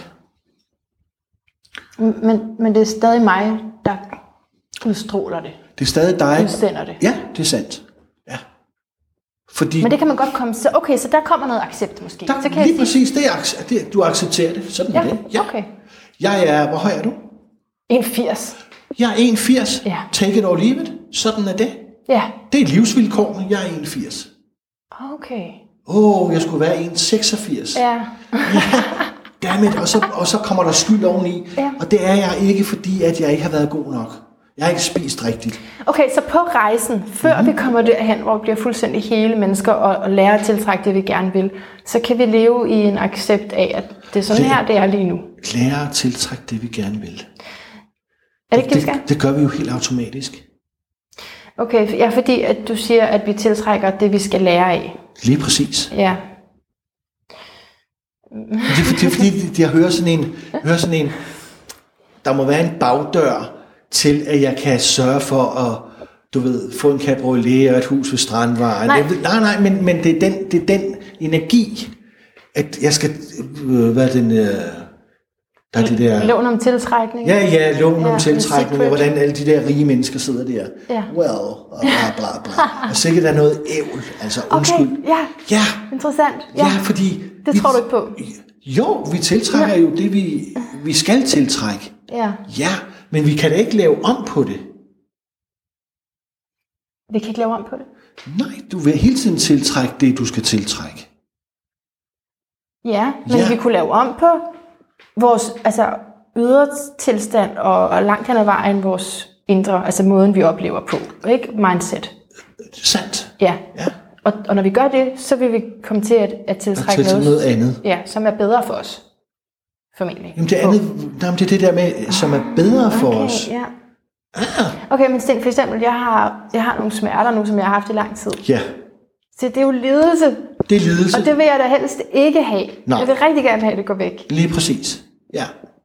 Men, men det er stadig mig, der udstråler det. Det er stadig dig. Udsender det. Ja, det er sandt. Ja. Fordi men det kan man godt komme så okay, så der kommer noget accept måske. Der, så kan lige jeg sige, præcis, det er, det, du accepterer det. Sådan ja, er det. Ja, okay. Jeg er, hvor høj er du? en komma firs. Jeg er en komma firs. Ja. Take it or leave it. Sådan er det. Ja. Det er livsvilkårene. Jeg er en komma firs. Okay. Åh, oh, jeg skulle være en komma seksogfirs. Ja. Ja. Dammit, og så, og så kommer der skyld oveni. Ja. Og det er jeg ikke, fordi at jeg ikke har været god nok. Jeg har ikke spist rigtigt. Okay, så på rejsen, før mm-hmm. vi kommer derhen, hvor vi bliver fuldstændig hele mennesker og, og lærer at tiltrække det, vi gerne vil, så kan vi leve i en accept af, at det er sådan Lære, her, det er lige nu. Lære at tiltrække det, vi gerne vil. Er det ikke det, vi skal? Det, det gør vi jo helt automatisk. Okay, ja, fordi at du siger, at vi tiltrækker det, vi skal lære af. Lige præcis. Ja. Det er, det er fordi, jeg hører sådan en, hører sådan en, der må være en bagdør til, at jeg kan sørge for at, du ved, få en cabriolet og et hus ved Strandvejen. Nej, nej, nej men, men det, er den, det er den energi, at jeg skal, øh, hvad er den, øh, der er det der... Loven om tiltrækning. Ja, ja, loven ja, om tiltrækning, og hvordan alle de der rige mennesker sidder der. Ja. Well, og bla bla bla. Og sikkert der er noget ævl, altså undskyld. Okay, ja, ja. Interessant. Ja, ja fordi... Det vi, tror du ikke på? Jo, vi tiltrækker ja. jo det, vi, vi skal tiltrække. Ja. Ja, men vi kan da ikke lave om på det. Vi kan ikke lave om på det? Nej, du vil hele tiden tiltrække det, du skal tiltrække. Ja, men ja. vi kunne lave om på vores altså, ydre tilstand og, og langt hen ad vejen vores indre, altså måden, vi oplever på. Ikke mindset. Sandt. Ja. ja. Og, og når vi gør det, så vil vi komme til at, at tiltrække noget, noget andet. Ja, som er bedre for os. Formentlig. Jamen det andet, jamen det er det der med, som er bedre for okay, os. Ja. Ah. Okay, men Sten, for eksempel, jeg har, jeg har nogle smerter nu, som jeg har haft i lang tid. Ja. Så det er jo lidelse. Det er lidelse. Og det vil jeg da helst ikke have. Nej. Jeg vil rigtig gerne have, at det går væk. Lige præcis. Ja.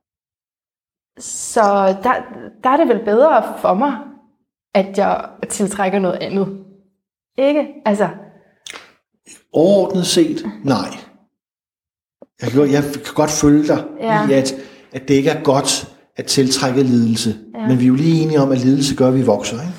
Så der, der er det vel bedre for mig, at jeg tiltrækker noget andet. Ikke? Altså. Overordnet set, nej. Jeg kan, jeg kan godt følge dig ja. i, at, at det ikke er godt at tiltrække lidelse. Ja. Men vi er jo lige enige om, at lidelse gør, at vi vokser, ikke?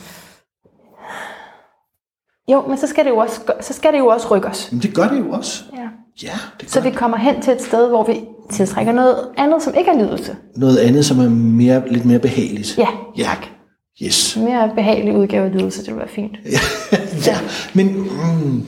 Jo, men så skal det jo også, så skal det jo også rykke os. Men det gør det jo også. Ja. Ja, det gør så vi kommer hen til et sted, hvor vi tiltrækker noget andet, som ikke er lidelse. Noget andet, som er mere, lidt mere behageligt. Ja, ja. tak. Yes. En mere behagelig udgave af lidelse, det vil være fint. ja, ja, men... Mm.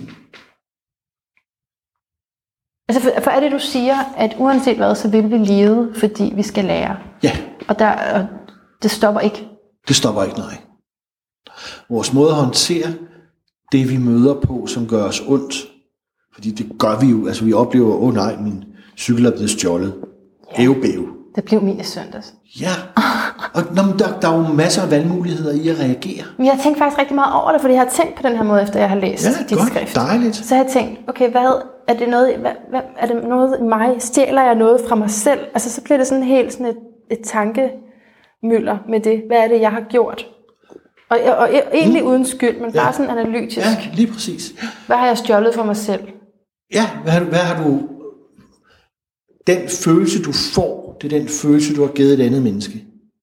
Altså, for, for er det, du siger, at uanset hvad, så vil vi lide, fordi vi skal lære? Ja. Og, der, og det stopper ikke? Det stopper ikke, nej. Vores måde at håndtere det, vi møder på, som gør os ondt, fordi det gør vi jo, altså vi oplever, åh oh, nej, min cykel er blevet stjålet. Ja. Ævbæv. Det blev min i søndags. Ja, og nå, der, der er jo masser af valgmuligheder i at reagere. Men jeg tænker faktisk rigtig meget over det, fordi jeg har tænkt på den her måde, efter jeg har læst ja, dit godt, skrift. Dejligt. Så jeg har tænkt, okay, hvad er det noget, hvad, hvad, er det noget i mig? Stjæler jeg noget fra mig selv? Altså så bliver det sådan helt sådan et, et tankemøller med det. Hvad er det, jeg har gjort? Og, og, og egentlig mm. uden skyld, men ja. bare sådan analytisk. Ja, lige præcis. Hvad har jeg stjålet for mig selv? Ja, hvad har, hvad har du... Den følelse, du får, det er den følelse, du har givet et andet menneske.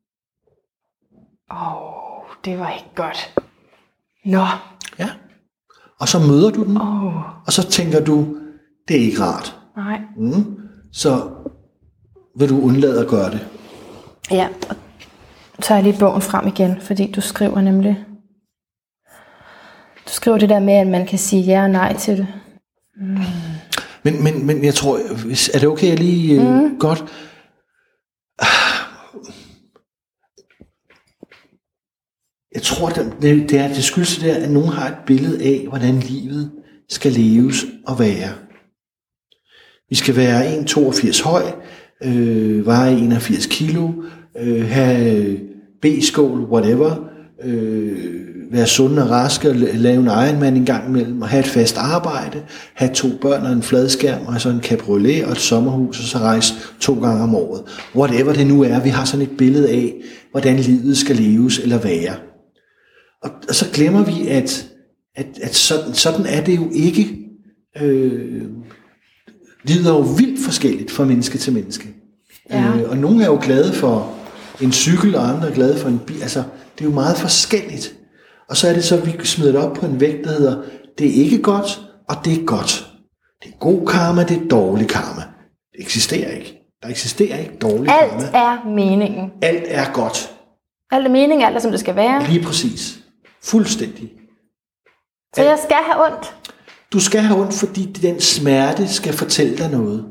Åh, oh, det var ikke godt. Nå. Ja. Og så møder du den, oh. og så tænker du, det er ikke rart. Nej. Mm. Så vil du undlade at gøre det. Ja, og så er jeg lige bogen frem igen, fordi du skriver nemlig, du skriver det der med, at man kan sige ja og nej til det. Mm. Men, men, men jeg tror, er det okay, jeg lige øh, mm. godt... Jeg tror, det, det, er, det skyldes det, at nogen har et billede af, hvordan livet skal leves og være. Vi skal være en komma toogfirs høj, øh, veje enogfirs kilo, øh, have B-skål, whatever, øh, være sunde og raske og lave en Ironman en gang imellem, og have et fast arbejde, have to børn og en fladskærm, og så en cabriolet og et sommerhus, og så rejse to gange om året. Whatever det nu er, vi har sådan et billede af, hvordan livet skal leves eller være. Og, og så glemmer vi, at, at, at sådan, sådan er det jo ikke. Øh, livet er jo vildt forskelligt fra menneske til menneske. Ja. Øh, og nogle er jo glade for en cykel, og andre er glade for en bil. Altså, det er jo meget forskelligt. Og så er det så, at vi smider det op på en vægt, der hedder, det er ikke godt, og det er godt. Det er god karma, det er dårlig karma. Det eksisterer ikke. Der eksisterer ikke dårlig alt karma. Alt er meningen. Alt er godt. Alt er meningen, alt er som det skal være. Lige præcis. Fuldstændig. Så alt. Jeg skal have ondt? Du skal have ondt, fordi den smerte skal fortælle dig noget.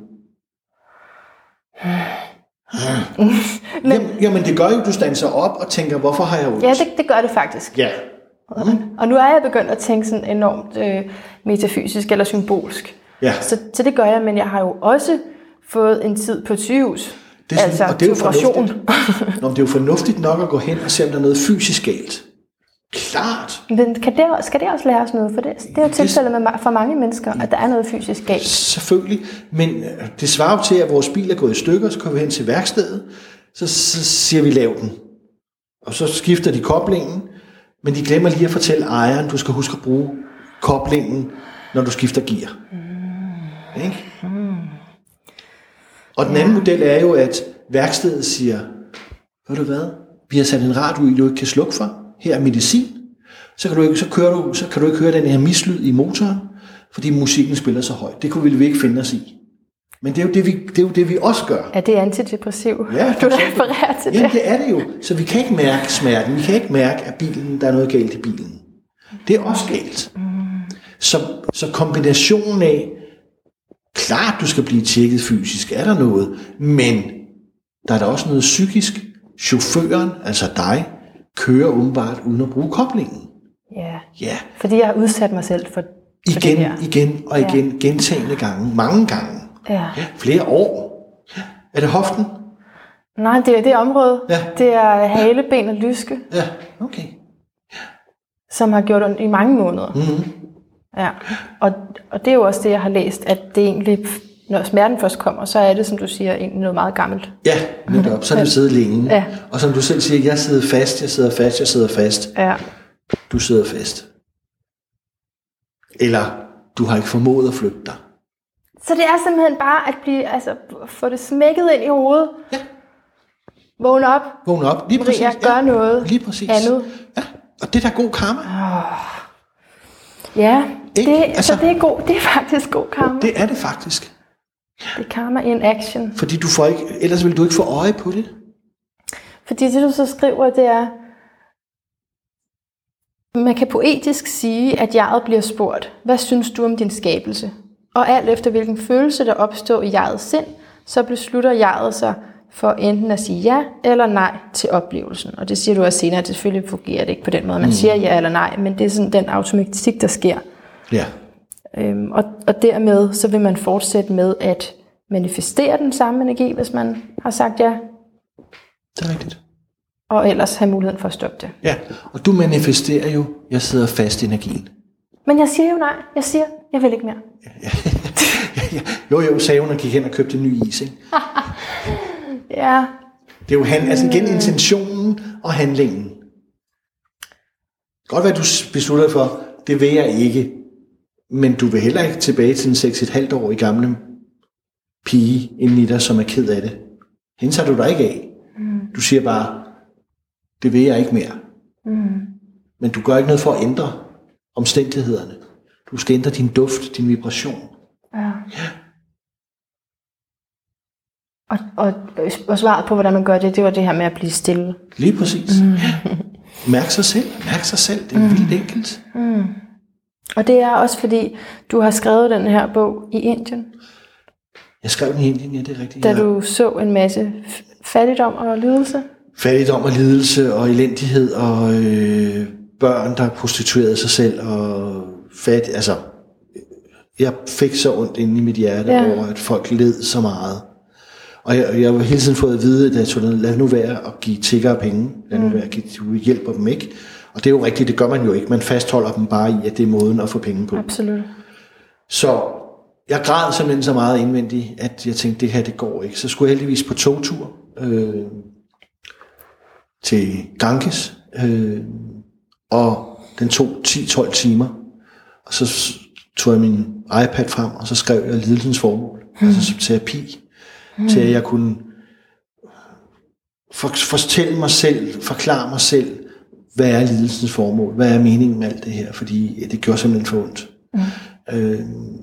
Men, jamen, jamen det gør jo, at du standser op og tænker, hvorfor har jeg ondt? Ja, det, det gør det faktisk. Ja. Mm. Og nu er jeg begyndt at tænke sådan enormt øh, metafysisk eller symbolsk. Ja. Så, så det gør jeg, men jeg har jo også fået en tid på et sygehus. Det er sådan, altså og det er jo operation. Nå, det er jo fornuftigt nok at gå hen og se, om der er noget fysisk galt. Klart. Men kan det, skal det også lære os noget? For det, det er jo tilfældet med, for mange mennesker, at der er noget fysisk galt. Selvfølgelig, men det svarer jo til, at vores bil er gået i stykker, så kommer vi hen til værkstedet, så, så siger vi, lav den. Og så skifter de koblingen, men de glemmer lige at fortælle ejeren, du skal huske at bruge koblingen, når du skifter gear. Mm. Ikke? Mm. Og den anden ja. model er jo, at værkstedet siger, ved du hvad, vi har sat en radio i, du ikke kan slukke for. Her er medicin, så kan du ikke, så kører du, så kan du ikke høre den her mislyd i motoren, fordi musikken spiller så højt. Det kunne vi ikke finde os i. Men det er jo det, vi, det, er jo det, vi også gør. Er det antidepressiv? Ja, du refererer til det. Jamen, det er det jo. Så vi kan ikke mærke smerten. Vi kan ikke mærke, at bilen, der er noget galt i bilen. Det er også galt. Mm. Så, så kombinationen af, klart du skal blive tjekket fysisk, er der noget, men der er der også noget psykisk. Chaufføren, altså dig, kører umiddelbart uden at bruge koblingen. Ja. Ja. Fordi jeg har udsat mig selv for, for igen, det her. Igen og igen, ja. Gentagende gange, mange gange. Ja. Ja, flere år. Ja. Er det hoften? Nej, det er det område. Ja. Det er haleben og lyske. Ja, okay. Ja. Som har gjort ondt i mange måneder. Mm-hmm. Ja. Og, og det er jo også det, jeg har læst, at det egentlig, når smerten først kommer, så er det, som du siger, egentlig noget meget gammelt. Ja, netop. Så har du siddet længe. Ja. Og som du selv siger, jeg sidder fast, jeg sidder fast, jeg sidder fast. Ja. Du sidder fast. Eller du har ikke formået at flytte dig. Så det er simpelthen bare at blive, altså, få det smækket ind i hovedet. Ja. Vågne op. Vågne op, lige præcis. Jeg gør ja. noget lige præcis. andet. Ja, og det er da god karma. Oh. Ja, det, altså, så det er, god, det er faktisk god karma. Det er det faktisk. Det er karma in action. Fordi du får ikke, ellers vil du ikke få øje på det. Fordi det du så skriver, det er, man kan poetisk sige, at jeget bliver spurgt, hvad synes du om din skabelse? Og alt efter hvilken følelse der opstår i jegets sind, så beslutter jeget sig for enten at sige ja eller nej til oplevelsen. Og det siger du også senere, at det selvfølgelig fungerer det ikke på den måde. Man mm. siger ja eller nej, men det er sådan den automatik, der sker. Ja. Øhm, og, og dermed så vil man fortsætte med at manifestere den samme energi, hvis man har sagt ja. Det er rigtigt. Og ellers have muligheden for at stoppe det. Ja, og du manifesterer jo, jeg sidder fast i energien. Men jeg siger jo nej. Jeg siger, jeg vil ikke mere. Ja, ja. ja, ja. Jo, jo, sagde hun og gik hen og købte en ny is, ikke? Ja. Det er jo han, altså igen intentionen og handlingen. Godt være, du beslutter dig for, det vil jeg ikke. Men du vil heller ikke tilbage til en seks komma fem år i gamle pige inden i dig, som er ked af det. Hende tager du dig ikke af. Mm. Du siger bare, det vil jeg ikke mere. Mm. Men du gør ikke noget for at ændre omstændighederne. Du skal ændre din duft, din vibration. Ja. Ja. Og, og, og svaret på, hvordan man gør det, det var det her med at blive stille. Lige præcis. Mm. Ja. Mærk sig selv. Mærk sig selv. Det er mm. vildt enkelt. Mm. Og det er også fordi, du har skrevet den her bog i Indien. Jeg skrev den i Indien, ja, det er rigtigt. Da ja. du så en masse fattigdom og lidelse. Fattigdom og lidelse og elendighed og øh, børn, der prostituerede sig selv og fat, altså jeg fik så ondt inde i mit hjerte ja. over, at folk led så meget. Og jeg, jeg har hele tiden fået at vide, at jeg lad nu være at give tiggere penge, lad nu være at give, du hjælper dem ikke. Og det er jo rigtigt, det gør man jo ikke. Man fastholder dem bare i, at det er måden at få penge på. Absolut. Så jeg græd simpelthen så meget indvendigt, at jeg tænkte, det her det går ikke. Så skulle jeg heldigvis på togtur øh, til Ganges, øh, og den tog ti til tolv timer. Og så tog jeg min iPad frem, og så skrev jeg lidelsens formål, mm. altså som terapi, mm. til at jeg kunne for, fortælle mig selv, forklare mig selv, hvad er lidelsens formål, hvad er meningen med alt det her, fordi det gjorde simpelthen for ondt. Mm. Øh,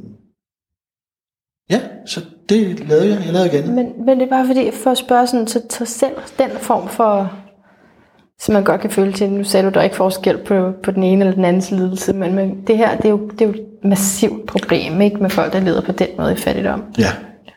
ja, så det lavede jeg, jeg lavede igen. Men, men det er bare fordi, for at spørge sådan, så, så selv den form for, som man godt kan føle til, nu sagde du, der er ikke forskel på, på den ene eller den andens lidelse, men, men det her, det er, jo, det er jo et massivt problem, ikke, med folk, der lider på den måde i fattigdom. Ja.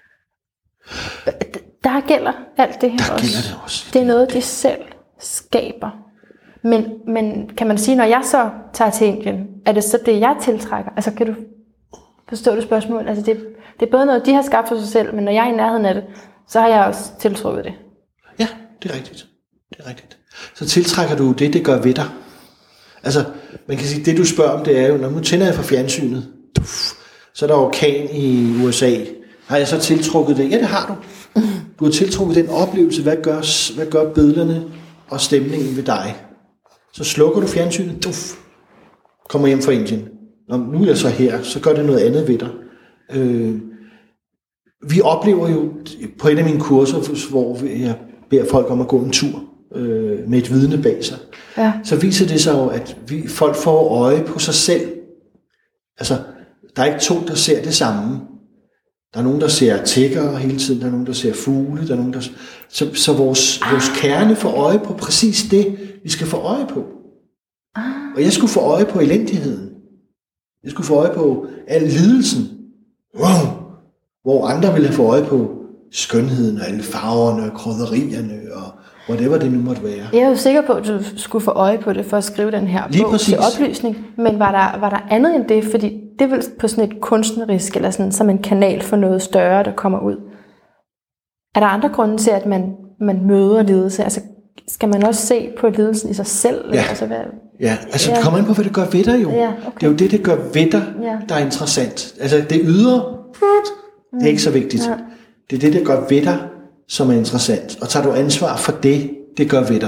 Der gælder alt det her der også. Gælder det også. Det er noget, de selv skaber. Men, men kan man sige, når jeg så tager til Indien, er det så det, jeg tiltrækker? Altså, kan du forstå det spørgsmål? Altså, det, det er både noget, de har skabt for sig selv, men når jeg er i nærheden af det, så har jeg også tiltrukket det. Ja, det er rigtigt. Det er rigtigt. Så tiltrækker du det, det gør ved dig. Altså, man kan sige, det du spørger om, det er jo, når nu tænder jeg for fjernsynet, tuff, så er der orkan i U S A. Har jeg så tiltrukket det? Ja, det har du. Du har tiltrukket den oplevelse. Hvad gør, hvad gør billederne og stemningen ved dig? Så slukker du fjernsynet, tuff, kommer hjem fra Indien. Nå, nu er jeg så her, så gør det noget andet ved dig. Øh, vi oplever jo på et af mine kurser, hvor jeg beder folk om at gå en tur øh, med et vidne bag sig, ja. Så viser det sig jo, at vi, folk får øje på sig selv. Altså, der er ikke to, der ser det samme. Der er nogen, der ser tiggere hele tiden, der er nogen, der ser fugle, der er nogen, der... Så, så vores, ah. vores kerne får øje på præcis det, vi skal få øje på. Ah. Og jeg skulle få øje på elendigheden. Jeg skulle få øje på al lidelsen. Wow. Hvor andre ville have få øje på skønheden og alle farverne og krydderierne og whatever det nu måtte være. Jeg er jo sikker på, at du skulle få øje på det for at skrive den her Lige bog præcis. Til oplysning. Men var der, var der andet end det? Fordi det er vel på sådan et kunstnerisk, eller sådan, som en kanal for noget større, der kommer ud. Er der andre grunde til, at man, man møder lidelse? Altså, skal man også se på lidelsen i sig selv? Ja, altså, hvad... ja. altså ja. Det kommer ind på, hvad det gør ved dig jo. Ja, okay. Det er jo det, det gør ved dig, ja. Der er interessant. Altså det ydre, det er ikke så vigtigt. Ja. Det er det, det gør ved dig, som er interessant. Og tager du ansvar for det, det gør ved dig.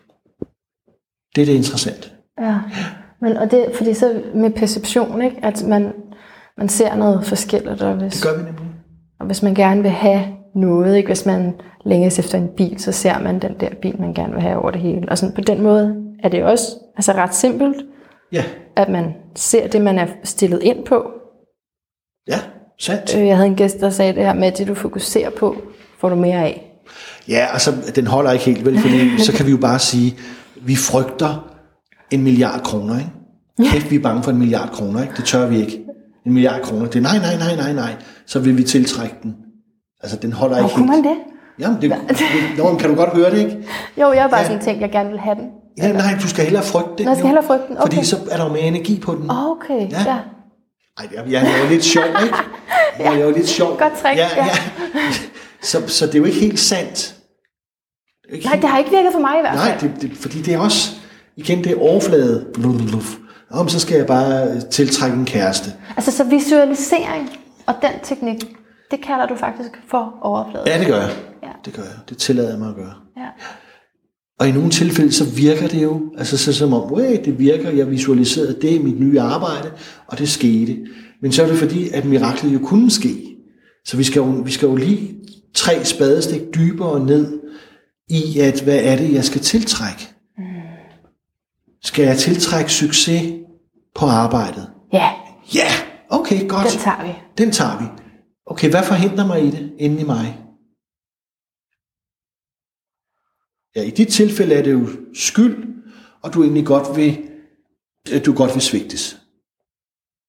Det er det interessant. Ja, men og det, fordi så med perception, ikke? At man, man ser noget forskelligt. Og hvis, det gør vi nemlig. Og hvis man gerne vil have noget, ikke? Hvis man længes efter en bil, så ser man den der bil, man gerne vil have over det hele. Og sådan, på den måde er det også altså ret simpelt, ja. At man ser det, man er stillet ind på. Ja, sandt. Jeg havde en gæst, der sagde det her med, at det du fokuserer på, får du mere af. Ja, altså den holder ikke helt vel, fordi så kan vi jo bare sige, vi frygter en milliard kroner, ikke? Kæft, vi er bange for en milliard kroner, ikke? Det tør vi ikke. En milliard kroner, det er nej, nej, nej, nej, nej. Så vil vi tiltrække den. Altså, den holder ikke helt. Kunne man det? Jamen, det, det, det, kan du godt høre det, ikke? Jo, jeg har bare ja. sådan tænkt, jeg gerne vil have den. Ja, nej, du skal hellere frygte den. Jeg skal hellere frygte den, okay. Fordi så er der jo mere energi på den. Okay, ja. ja. Ej, jeg, jeg er jo lidt sjov, ikke? Jeg er jo lidt sjov. Godt træk, ja. ja. Så, så det er jo ikke helt sandt. Det ikke nej, helt... det har ikke virket for mig i hvert fald. Nej, det, det, fordi det er også, igen, det er overflade. Om så skal jeg bare tiltrække en kæreste. Altså, så visualisering og den teknik, det kalder du faktisk for overflade. Ja, det gør jeg. Ja. Det gør jeg. Det tillader jeg mig at gøre. Ja. Og i nogle tilfælde, så virker det jo, altså så som om, hey, det virker, jeg visualiserede det i mit nye arbejde, og det skete. Men så er det fordi, at miraklet jo kunne ske. Så vi skal jo, vi skal jo lige tre spadestik dybere ned i, at hvad er det, jeg skal tiltrække? Mm. Skal jeg tiltrække succes på arbejdet? Ja. Ja, okay, godt. Den tager vi. Den tager vi. Okay, hvad forhindrer mig i det, inde i mig? Ja, i dit tilfælde er det jo skyld, og du egentlig godt vil, du godt vil svigtes.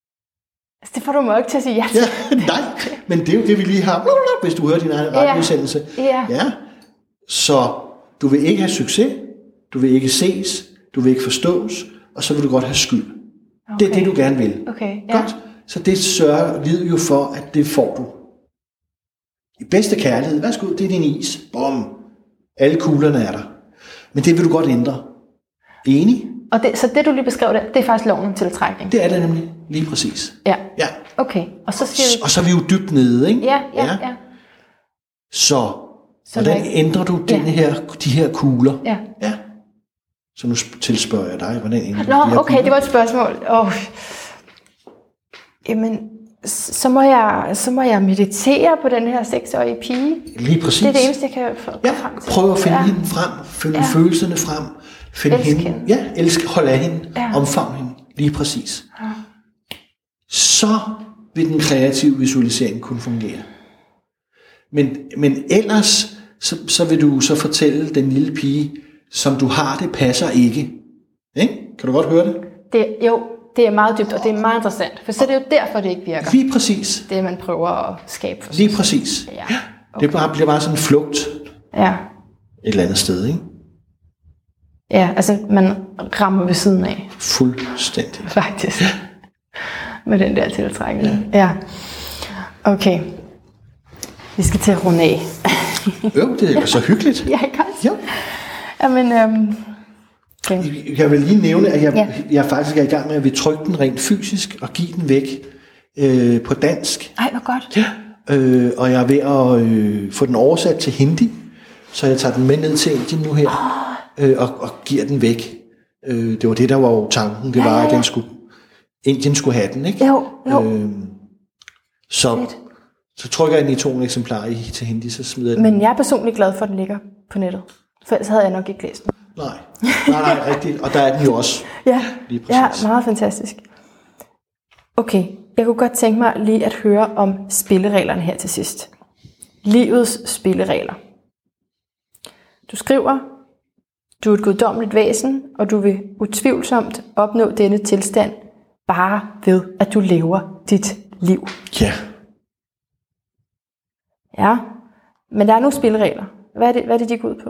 Altså, det får du mig ikke til at sige ja til. Ja, nej, men det er jo det, vi lige har, hvis du hører din egen Ja. radioudsendelse. Ja. Ja. Så du vil ikke have succes, du vil ikke ses, du vil ikke forstås, og så vil du godt have skyld. Okay. Det er det, du gerne vil. Okay, ja. Godt. Så det sørger livet jo for, at det får du. I bedste kærlighed, værsgo, det er din is. Bum. Alle kuglerne er der. Men det vil du godt ændre. Enig? Og det, så det, du lige beskrev der, det er faktisk loven om tiltrækning? Det er det nemlig. Lige præcis. Ja. Ja. Okay. Og så siger vi... Og så er vi jo dybt nede, ikke? Ja, ja, ja. Så, så hvordan jeg... ændrer du ja. denne her, de her kugler? Ja. Ja. Så nu tilspørger jeg dig, hvordan ændrer Nå, du de her okay, kugler? det var et spørgsmål. Oh. Jamen, så må, jeg, så må jeg meditere på den her seksårige pige. Lige præcis. Det er det eneste, jeg kan få ja, frem til. prøv at finde ja. hende frem, finde ja. følelserne frem, finde elsk hende. hende. Ja, elsk, hold af hende, ja. omfavn hende. Lige præcis. Ja. Så vil den kreative visualisering kunne fungere. Men, men ellers, så, så vil du så fortælle den lille pige, som du har, det passer ikke. Ikke? Kan du godt høre det? det? Jo, det er meget dybt, og det er meget interessant. For så er det jo derfor, det ikke virker. Lige præcis. Det, man prøver at skabe for sig. Lige præcis. Ja. Okay. Det bare, bliver bare sådan en flugt ja. et eller andet sted, ikke? Ja, altså man rammer ved siden af. Fuldstændig. Faktisk. Med den der tiltrækning. Ja. ja. Okay. Vi skal til at runde af. Jo, det er så hyggeligt. Ja, ikke også? Ja. Jamen, øhm, okay. Jeg vil lige nævne, at jeg, ja. jeg faktisk er i gang med at vi trykke den rent fysisk og give den væk øh, på dansk. Ej, hvor godt. Ja. Øh, og jeg er ved at øh, få den oversat til hindi, så jeg tager den med ned til Indien nu her, oh. øh, og, og giver den væk. Øh, det var det, der var jo tanken. Det ja, var, ja, ja. at den skulle, Indien skulle have den, ikke? Jo, jo. Øh, så, så trykker jeg den i to eksemplarer i, til hindi, så smider jeg den. Men jeg er personligt glad for, at den ligger på nettet. For ellers havde jeg nok ikke læst den. Nej, nej, nej, rigtigt. Og der er den jo også. Ja, lige præcis. Ja, meget fantastisk. Okay, jeg kunne godt tænke mig lige at høre om spillereglerne her til sidst. Livets spilleregler. Du skriver, du er et guddommeligt væsen, og du vil utvivlsomt opnå denne tilstand bare ved, at du lever dit liv. Ja. Ja, men der er nogle spilleregler. Hvad er det, hvad er det de går ud på?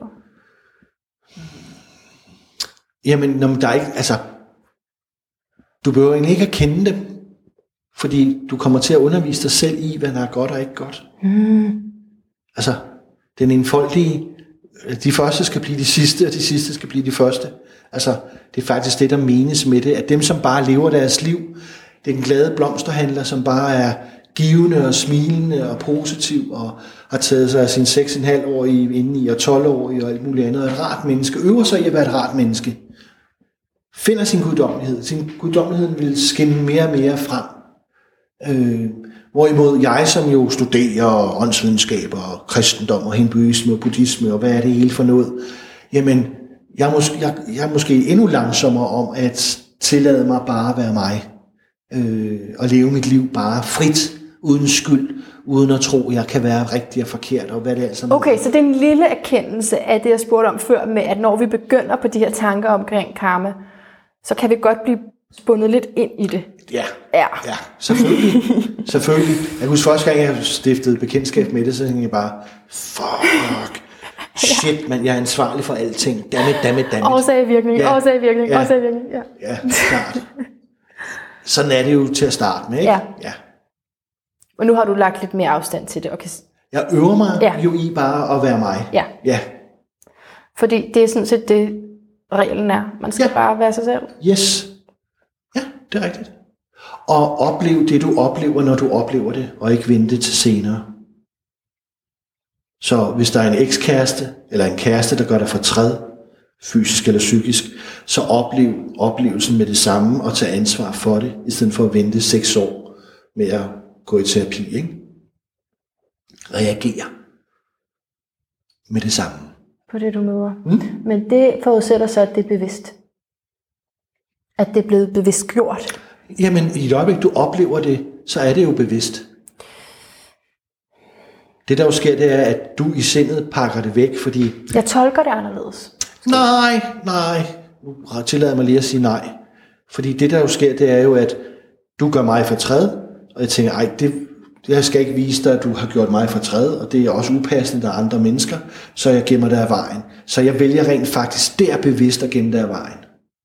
Jamen, når der er ikke, altså, du behøver egentlig ikke at kende dem, fordi du kommer til at undervise dig selv i, hvad der er godt og ikke godt. Mm. Altså, den enfoldige, de første skal blive de sidste, og de sidste skal blive de første. Altså, det er faktisk det, der menes med det, at dem, som bare lever deres liv, det er en glade blomsterhandler, som bare er givende og smilende og positiv, og har taget sig af sin seks komma fem årige indeni og tolv årige og alt muligt andet, og et rart menneske, øver sig i at være et rart menneske, finder sin guddommelighed. Sin guddommelighed vil skinne mere og mere frem. Øh, hvorimod jeg, som jo studerer åndsvidenskab og kristendom og hinduisme og buddhisme, og hvad er det hele for noget, jamen, jeg er måske, jeg, jeg er måske endnu langsommere om at tillade mig bare at være mig, øh, og leve mit liv bare frit, uden skyld, uden at tro, at jeg kan være rigtig og forkert, og hvad det er altså. Okay, så det er en lille erkendelse af det, jeg spurgte om før, med at når vi begynder på de her tanker omkring karma, så kan vi godt blive spundet lidt ind i det. Ja, ja. ja selvfølgelig. selvfølgelig. Jeg kan huske første gang, jeg stiftede bekendtskab med det, så tænkte jeg bare, fuck, shit, man, jeg er ansvarlig for alting. Dammit, dammit, dammit. Årsag virkning, ja. årsag virkning, ja. årsag virkning. Ja, ja, klart. Sådan er det jo til at starte med, ikke? Ja. ja. Og nu har du lagt lidt mere afstand til det. Okay. Jeg øver mig ja. jo i bare at være mig. Ja. ja. Fordi det er sådan set det, reglen er. Man skal ja. bare være sig selv. Yes. Ja, det er rigtigt. Og oplev det, du oplever, når du oplever det, og ikke vente til senere. Så hvis der er en ekskæreste, eller en kæreste, der gør dig fortræd, fysisk eller psykisk, så oplev oplevelsen med det samme, og tage ansvar for det, i stedet for at vente seks år med at gå i terapi, ikke? Reagere med det samme. På det, du møder. Mm. Men det forudsætter så, at det er bevidst. At det er blevet bevidst gjort. Jamen, i et øjeblik, du oplever det, så er det jo bevidst. Det, der jo sker, det er, at du i sindet pakker det væk, fordi... Jeg tolker det anderledes. Nej, nej. Nu tillader jeg mig lige at sige nej. Fordi det, der jo sker, det er jo, at du gør mig fortræd, Og jeg tænker, ej, det, jeg skal ikke vise dig, at du har gjort mig fortræd, og det er også upassende, der er andre mennesker, så jeg gemmer dig af vejen. Så jeg vælger rent faktisk der bevidst at gemme dig af vejen.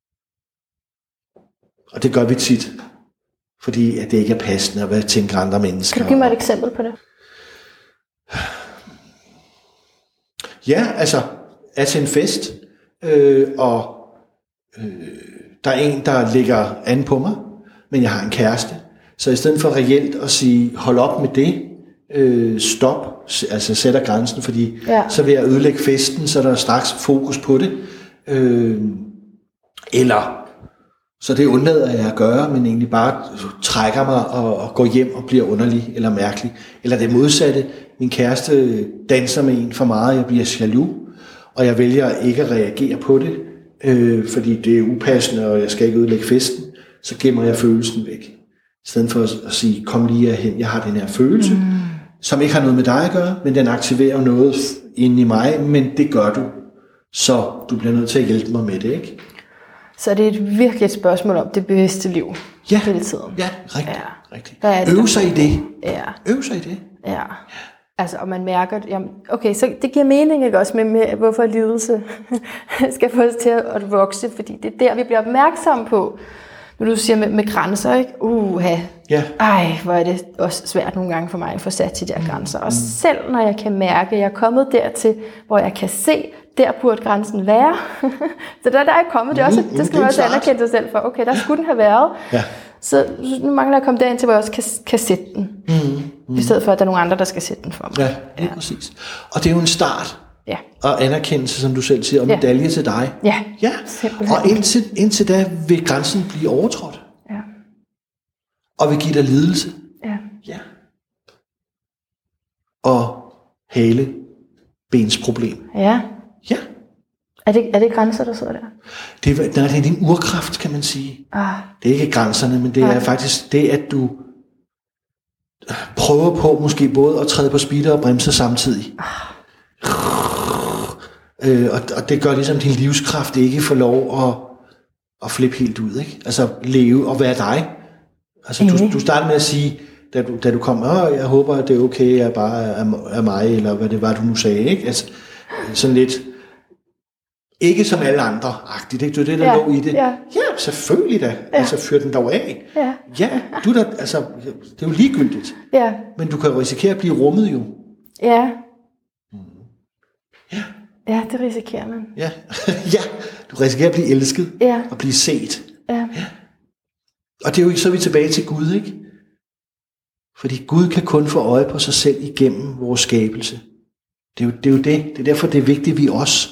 Og det gør vi tit, fordi at det ikke er passende, hvad tænker andre mennesker. Kan du give mig et eksempel på det? Ja, altså, er til en fest, øh, og øh, der er en, der ligger an på mig, men jeg har en kæreste. Så i stedet for reelt at sige, hold op med det, øh, stop, altså sætter grænsen, fordi ja. så vil jeg ødelægge festen, så er der straks fokus på det. Øh, eller, så det undlader jeg at gøre, men egentlig bare trækker mig og, og går hjem og bliver underlig eller mærkelig. Eller det modsatte, min kæreste danser med en for meget, jeg bliver jaloux, og jeg vælger ikke at reagere på det, øh, fordi det er upassende, og jeg skal ikke ødelægge festen, så gemmer jeg følelsen væk. I stedet for at sige, kom lige hen, jeg har den her følelse, mm. som ikke har noget med dig at gøre, men den aktiverer noget inde i mig, men det gør du, så du bliver nødt til at hjælpe mig med det, ikke? Så det er et virkelig et spørgsmål om det bevidste liv ja. hele tiden. Ja, rigtigt. Ja. rigtigt. Det, Øv sig i det. Ja. Øv sig i det. Ja. ja. Altså, og man mærker, jamen, okay, så det giver mening, ikke også, med, med hvorfor lidelse skal få os til at vokse, fordi det er der, vi bliver opmærksomme på, når du siger med, med grænser, ikke? Uha. Ja. Ej, hvor er det også svært nogle gange for mig at få sat de der grænser. Og selv når jeg kan mærke, at jeg er kommet dertil, hvor jeg kan se, der burde grænsen være. Så der, der er jeg kommet, det, også, det skal man også anerkende sig selv for. Okay, der skulle den have været. Ja. Så nu mangler jeg at komme derind til, hvor jeg også kan, kan sætte den. Mm, mm. I stedet for, at der er nogle andre, der skal sætte den for mig. Ja, det er ja. præcis. Og det er jo en start. Ja. Og anerkendelse, som du selv siger, og ja. medalje til dig. Ja, ja. Og indtil, indtil da vil grænsen blive overtrådt. Ja. Og vil give dig lidelse. Ja. Ja. Og hale bensproblem. Ja. Ja. Er det, er det grænser, der sidder der? Det er, nej, det er din urkraft, kan man sige. Ah. Det er ikke grænserne, men det er ah. faktisk det, at du prøver på måske både at træde på speeder og bremse samtidig. Ah. Øh, og, og det gør ligesom din livskraft ikke får lov at, at flippe helt ud, ikke? Altså leve og være dig. Altså mm. du, du starter med at sige, da du, da du kom, åh, jeg håber, at det er okay, at jeg bare er, er mig, eller hvad det var, du nu sagde, ikke? Altså sådan lidt, ikke som alle andre-agtigt, ikke? Det er det, der ja. lå i det. Ja, ja selvfølgelig da. Ja. Altså fyr den dog af. Ja. ja, du der, altså, det er jo ligegyldigt. Ja. Men du kan risikere at blive rummet jo. Ja. Mm. Ja. Ja, det risikerer man. Ja, ja. Du risikerer at blive elsket ja. og blive set. Ja. ja. Og det er jo så er vi tilbage til Gud, ikke? Fordi Gud kan kun få øje på sig selv igennem vores skabelse. Det er jo det. Er jo det. det er derfor, det er vigtigt, at vi også.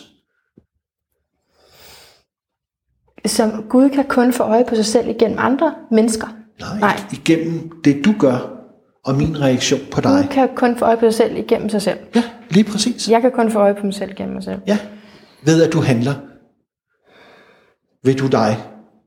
Så Gud kan kun få øje på sig selv igennem andre mennesker? Nej, Nej. igennem det, du gør, og min reaktion på dig. Gud kan kun få øje på sig selv igennem sig selv? Ja, lige præcis. Jeg kan kun få øje på mig selv igennem mig selv? Ja, ved at du handler. Ved du dig.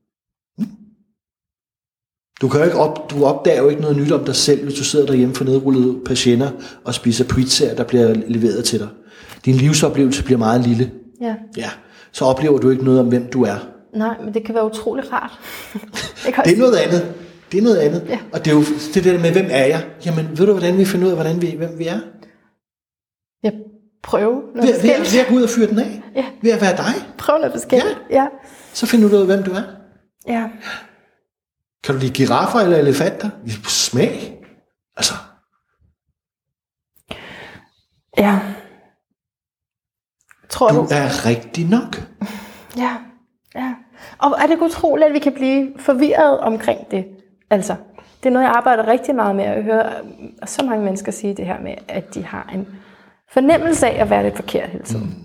Du, kan jo ikke op, du opdager jo ikke noget nyt om dig selv, hvis du sidder derhjemme for nedrullede patienter og spiser pizzaer, der bliver leveret til dig. Din livsoplevelse bliver meget lille. Ja. Ja. Så oplever du ikke noget om, hvem du er. Nej, men det kan være utroligt rart. det, det er noget andet. Det er noget andet. Ja. Og det er jo det der med, hvem er jeg? Jamen, ved du, hvordan vi finder ud af, hvordan vi, hvem vi er? Ja, prøve noget ved, forskelligt. Ved, ved at gå ud og fyre den af. Ja. Ved at være dig. Prøv noget forskelligt. Ja. ja. Så finder du ud af, hvem du er. Ja. Kan du lide giraffer eller elefanter? Smag. Altså. Ja. Tror du? Du er rigtig nok. Ja. Ja. Og er det ikke utroligt, at vi kan blive forvirret omkring det? Altså, det er noget, jeg arbejder rigtig meget med at høre så mange mennesker sige det her med, at de har en fornemmelse af at være lidt forkert hele tiden. Mm.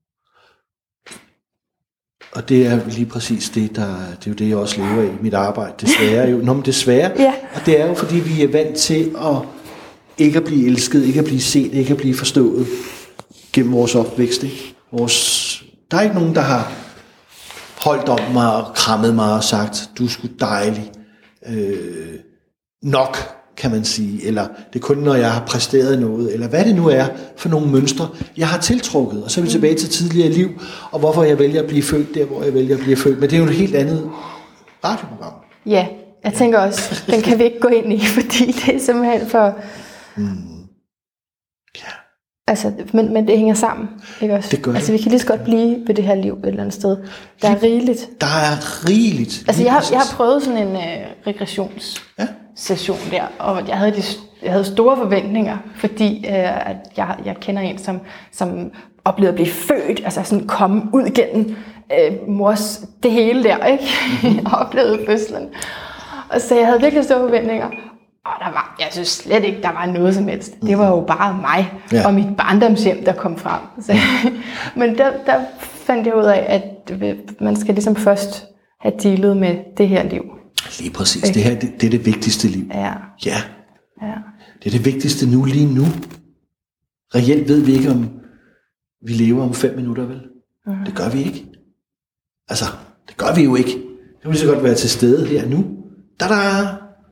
Og det er lige præcis det, der, det er jo det, jeg også lever i mit arbejde. Desværre jo. Nå, men desværre. Ja. Og det er jo, fordi vi er vant til at ikke at blive elsket, ikke at blive set, ikke at blive forstået gennem vores opvækst. Ikke? Vores, der er ikke nogen, der har holdt om mig og krammet mig og sagt, du er sgu dejlig. Øh, nok, kan man sige. Eller det er kun, når jeg har præsteret noget. Eller hvad det nu er for nogle mønstre, jeg har tiltrukket. Og så er vi tilbage til tidligere liv, og hvorfor jeg vælger at blive født der, hvor jeg vælger at blive født. Men det er jo et helt andet radioprogram. Ja, Jeg tænker også, den kan vi ikke gå ind i, fordi det er simpelthen for... Mm. Ja. Altså, men, men det hænger sammen, ikke også? Det gør altså, det. vi kan lige så godt blive ved det her liv et eller andet sted. Der er rigeligt. Der er rigeligt. Altså, jeg har, jeg har prøvet sådan en øh, regressionssession ja. der, og jeg havde, de, jeg havde store forventninger, fordi øh, at jeg, jeg kender en, som, som oplevede at blive født, altså sådan komme ud igennem øh, mors, det hele der, ikke? Mm-hmm. og oplevede fødslen. Og så jeg havde virkelig store forventninger. Og der var, jeg synes slet ikke, der var noget som helst. Det var jo bare mig ja. og mit barndomshjem, der kom frem. Så, men der, der fandt jeg ud af, at man skal ligesom først have dealet med det her liv. Lige præcis. Det her, det, det er det vigtigste liv. Ja. ja. ja. Det er det vigtigste nu, lige nu. Reelt ved vi ikke, om vi lever om fem minutter, vel? Mm. Det gør vi ikke. Altså, det gør vi jo ikke. Det vil lige så godt være til stede her nu. Da-da!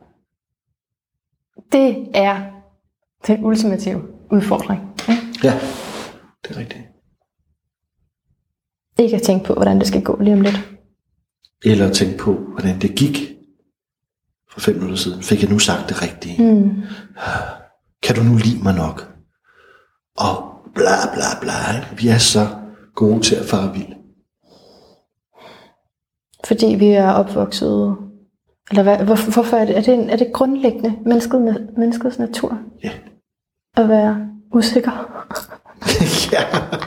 Det er den ultimative udfordring. Ja, ja det er rigtigt. Ikke at tænke på, hvordan det skal gå lige om lidt. Eller at tænke på, hvordan det gik for fem minutter siden. Fik jeg nu sagt det rigtige? Mm. Kan du nu lide mig nok? Og bla bla bla. Vi er så gode til at fare vild. Fordi vi er opvokset... Eller hvad, hvor, hvorfor er det, er det, en, er det grundlæggende mennesket, menneskets natur? Ja. At være usikker? ja.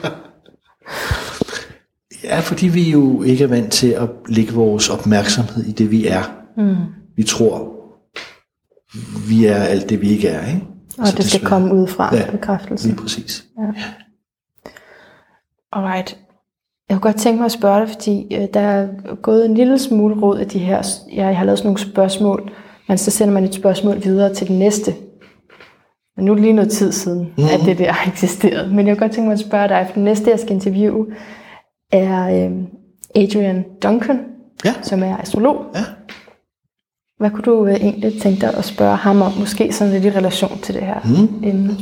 Ja, fordi vi jo ikke er vant til at lægge vores opmærksomhed i det, vi er. Mm. Vi tror, vi er alt det, vi ikke er, ikke? Og så det skal desværre komme ud fra ja, bekræftelse. Lige præcis. Ja. Ja. Alright. Jeg kunne godt tænke mig at spørge dig, fordi øh, der er gået en lille smule råd af de her, jeg har lavet sådan nogle spørgsmål, men så sender man et spørgsmål videre til den næste. Men nu er det lige noget tid siden, mm-hmm. at det der har eksisteret. Men jeg kunne godt tænke mig at spørge dig, for den næste, jeg skal interviewe, er øh, Adrian Duncan, ja. som er astrolog. Ja. Hvad kunne du øh, egentlig tænke dig at spørge ham om, måske sådan lidt i relation til det her mm. emne?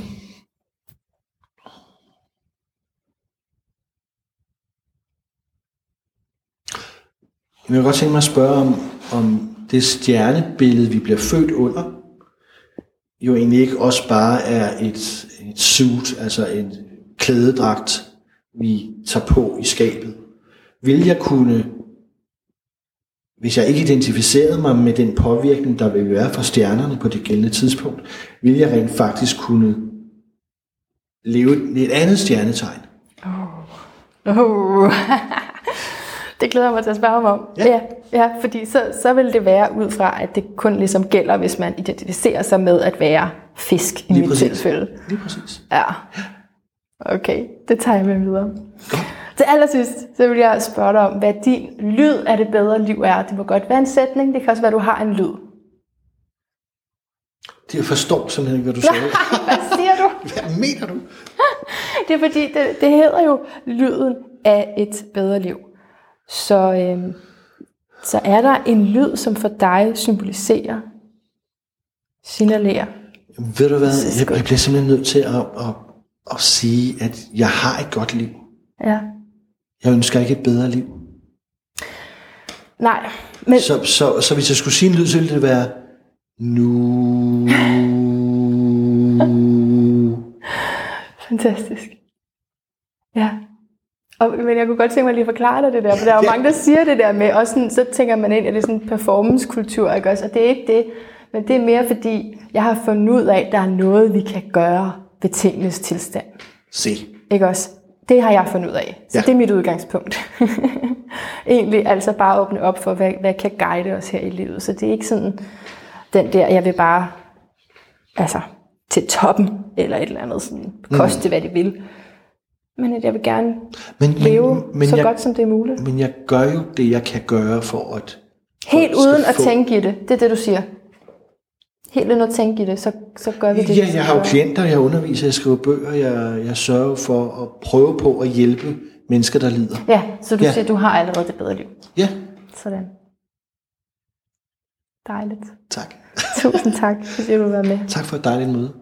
Jeg vil godt tænke mig at spørge om, om det stjernebillede, vi bliver født under, jo egentlig ikke også bare er et, et suit, altså en klædedragt, vi tager på i skabet. Vil jeg kunne, hvis jeg ikke identificerede mig med den påvirkning, der vil være fra stjernerne på det gældende tidspunkt, vil jeg rent faktisk kunne leve et andet stjernetegn? Oh. Oh. Det glæder jeg mig til at spørge mig om. Ja, ja, ja fordi så, så vil det være ud fra, at det kun ligesom gælder, hvis man identificerer sig med at være fisk i Lige mit præcis. tilfælde. Lige præcis. Ja. Okay, det tager jeg med videre. Godt. Til allersidst, så vil jeg spørge dig om, hvad din lyd af det bedre liv er. Det må godt være en sætning, det kan også være, at du har en lyd. Det jeg forstår simpelthen ikke, hvad du siger. Hvad siger du? Hvad mener du? Det er fordi, det, det hedder jo lyden af et bedre liv. Så, øhm, så er der en lyd, som for dig symboliserer, signalerer. Ved du hvad, jeg, jeg bliver simpelthen nødt til at, at, at sige, at jeg har et godt liv. Ja. Jeg ønsker ikke et bedre liv. Nej. Men... Så, så, så hvis jeg skulle sige en lyd, så ville det være nu. Fantastisk. Ja. Og, men jeg kunne godt tænke mig lige at forklare dig det der, for der er jo ja. mange, der siger det der med, og sådan, så tænker man ind, at det er sådan en performancekultur, ikke også? Og det er ikke det, men det er mere fordi, jeg har fundet ud af, at der er noget, vi kan gøre ved tingenes tilstand. Se. Ikke også? Det har jeg fundet ud af, så ja. det er mit udgangspunkt. Egentlig altså bare åbne op for, hvad, hvad kan guide os her i livet, så det er ikke sådan den der, jeg vil bare, altså, til toppen, eller et eller andet, sådan, koste mm. hvad det vil. Men at jeg vil gerne men, leve men, men så jeg, godt, som det er muligt. Men jeg gør jo det, jeg kan gøre for at... Helt uden at få... tænke i det. Det er det, du siger. Helt uden at tænke i det, så, så gør vi det. Ja, jeg har jo klienter, jeg underviser, jeg skriver bøger, jeg, jeg sørger for at prøve på at hjælpe mennesker, der lider. Ja, så du ja. siger, du har allerede det bedre liv. Ja. Sådan. Dejligt. Tak. Tusind tak, fordi du var med. Tak for et dejligt møde.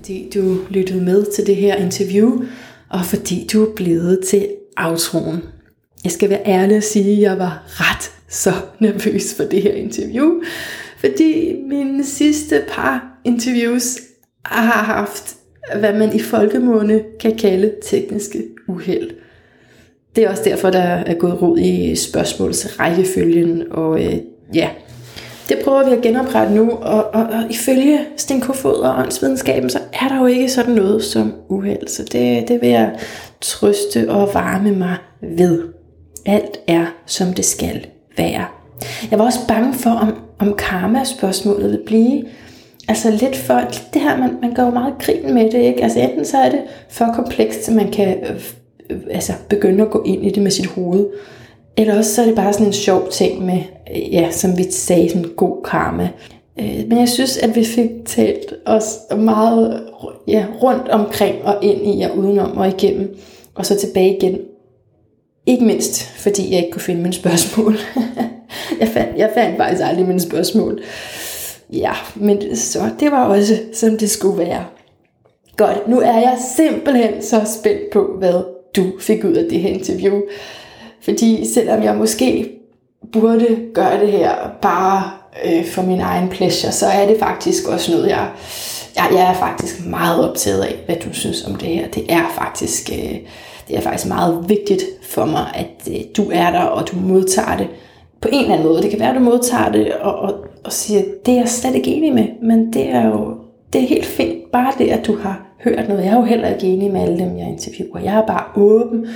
fordi du lyttede med til det her interview, og fordi du er blevet til outroen. Jeg skal være ærlig og sige, at jeg var ret så nervøs for det her interview, fordi mine sidste par interviews har haft, hvad man i folkemunde kan kalde tekniske uheld. Det er også derfor, der er gået rod i spørgsmålsrækkefølgen, og øh, ja, det prøver vi at genoprette nu, og, og, og ifølge Sten Kofod og åndsvidenskaben, så er der jo ikke sådan noget som uheld, så det, det vil jeg trøste og varme mig ved. Alt er, som det skal være. Jeg var også bange for, om, om karma-spørgsmålet vil blive altså lidt for, det her, man, man går jo meget grin med det, ikke? Altså enten så er det for komplekst, så man kan øh, øh, altså begynde at gå ind i det med sit hoved, eller også så er det bare sådan en sjov ting med, øh, ja, som vi sagde, sådan god karma. Øh, men jeg synes, at vi fik talt os meget ja, rundt omkring og ind i og udenom og igennem, og så tilbage igen. Ikke mindst, fordi jeg ikke kunne finde mine spørgsmål. jeg, fandt, jeg fandt faktisk aldrig mine spørgsmål. Ja, men så det var også, som det skulle være. Godt, nu er jeg simpelthen så spændt på, hvad du fik ud af det her interview. Fordi selvom jeg måske burde gøre det her bare øh, for min egen pleasure, så er det faktisk også noget, jeg, jeg, jeg er faktisk meget optaget af, hvad du synes om det her. Det er faktisk... Øh, Det er faktisk meget vigtigt for mig, at øh, du er der, og du modtager det på en eller anden måde. Det kan være, at du modtager det og, og, og siger, det er jeg slet ikke enig med, men det er jo det er helt fint. Bare det, at du har hørt noget. Jeg er jo heller ikke enig med alle dem, jeg interviewer. Jeg er bare åben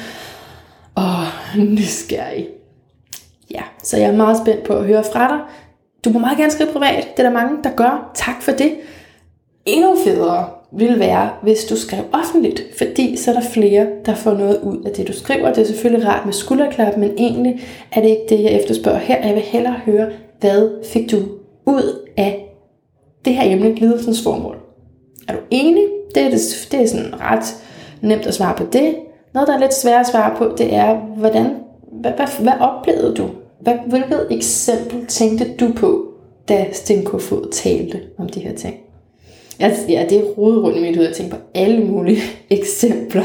og nysgerrig. Ja, så jeg er meget spændt på at høre fra dig. Du må meget gerne skrive privat. Det er der mange, der gør. Tak for det. Endnu federe vil være, hvis du skrev offentligt, fordi så er der flere, der får noget ud af det, du skriver. Det er selvfølgelig rart med skulderklap, men egentlig er det ikke det, jeg efterspørger her. Jeg vil hellere høre, hvad fik du ud af det her emne, lidelsens formål. Er du enig? Det er, det, det er sådan ret nemt at svare på det. Noget, der er lidt svært at svare på, det er, hvordan, hvad, hvad, hvad oplevede du? Hvad, hvilket eksempel tænkte du på, da Sten Kofod talte om de her ting? Altså, ja, det er rodet rundt i mit hoved at tænke på alle mulige eksempler.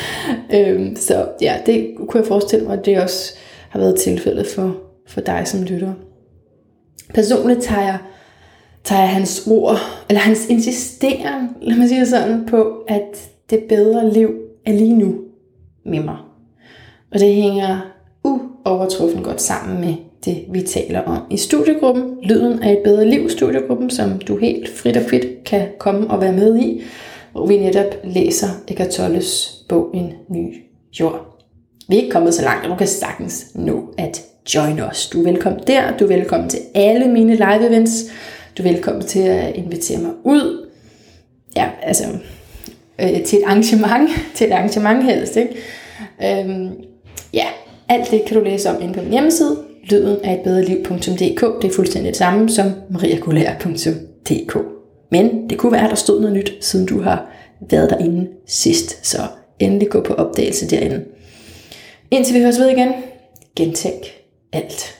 øhm, så ja, det kunne jeg forestille mig, at det også har været tilfældet for, for dig som lytter. Personligt tager jeg, tager jeg hans ord, eller hans insisteren, lad mig sige det sådan, på, at det bedre liv er lige nu med mig. Og det hænger uovertruffen godt sammen med det, vi taler om i studiegruppen. Lyden af et bedre liv, studiegruppen, som du helt frit og frit kan komme og være med i, hvor vi netop læser Eckhart Tolles bog En ny jord. Vi er ikke kommet så langt, og du kan sagtens nå at join os. Du er velkommen der, du er velkommen til alle mine live events, du er velkommen til at invitere mig ud, ja, altså øh, til et arrangement, til et arrangement helst, ikke? Øhm, ja, alt det kan du læse om inde på min hjemmeside, lyden af et bedre liv punktum d k. Det er fuldstændig det samme som maria kulær punktum d k. Men det kunne være, at der stod noget nyt, siden du har været derinde sidst. Så endelig gå på opdagelse derinde. Indtil vi høres ved igen, gentænk alt.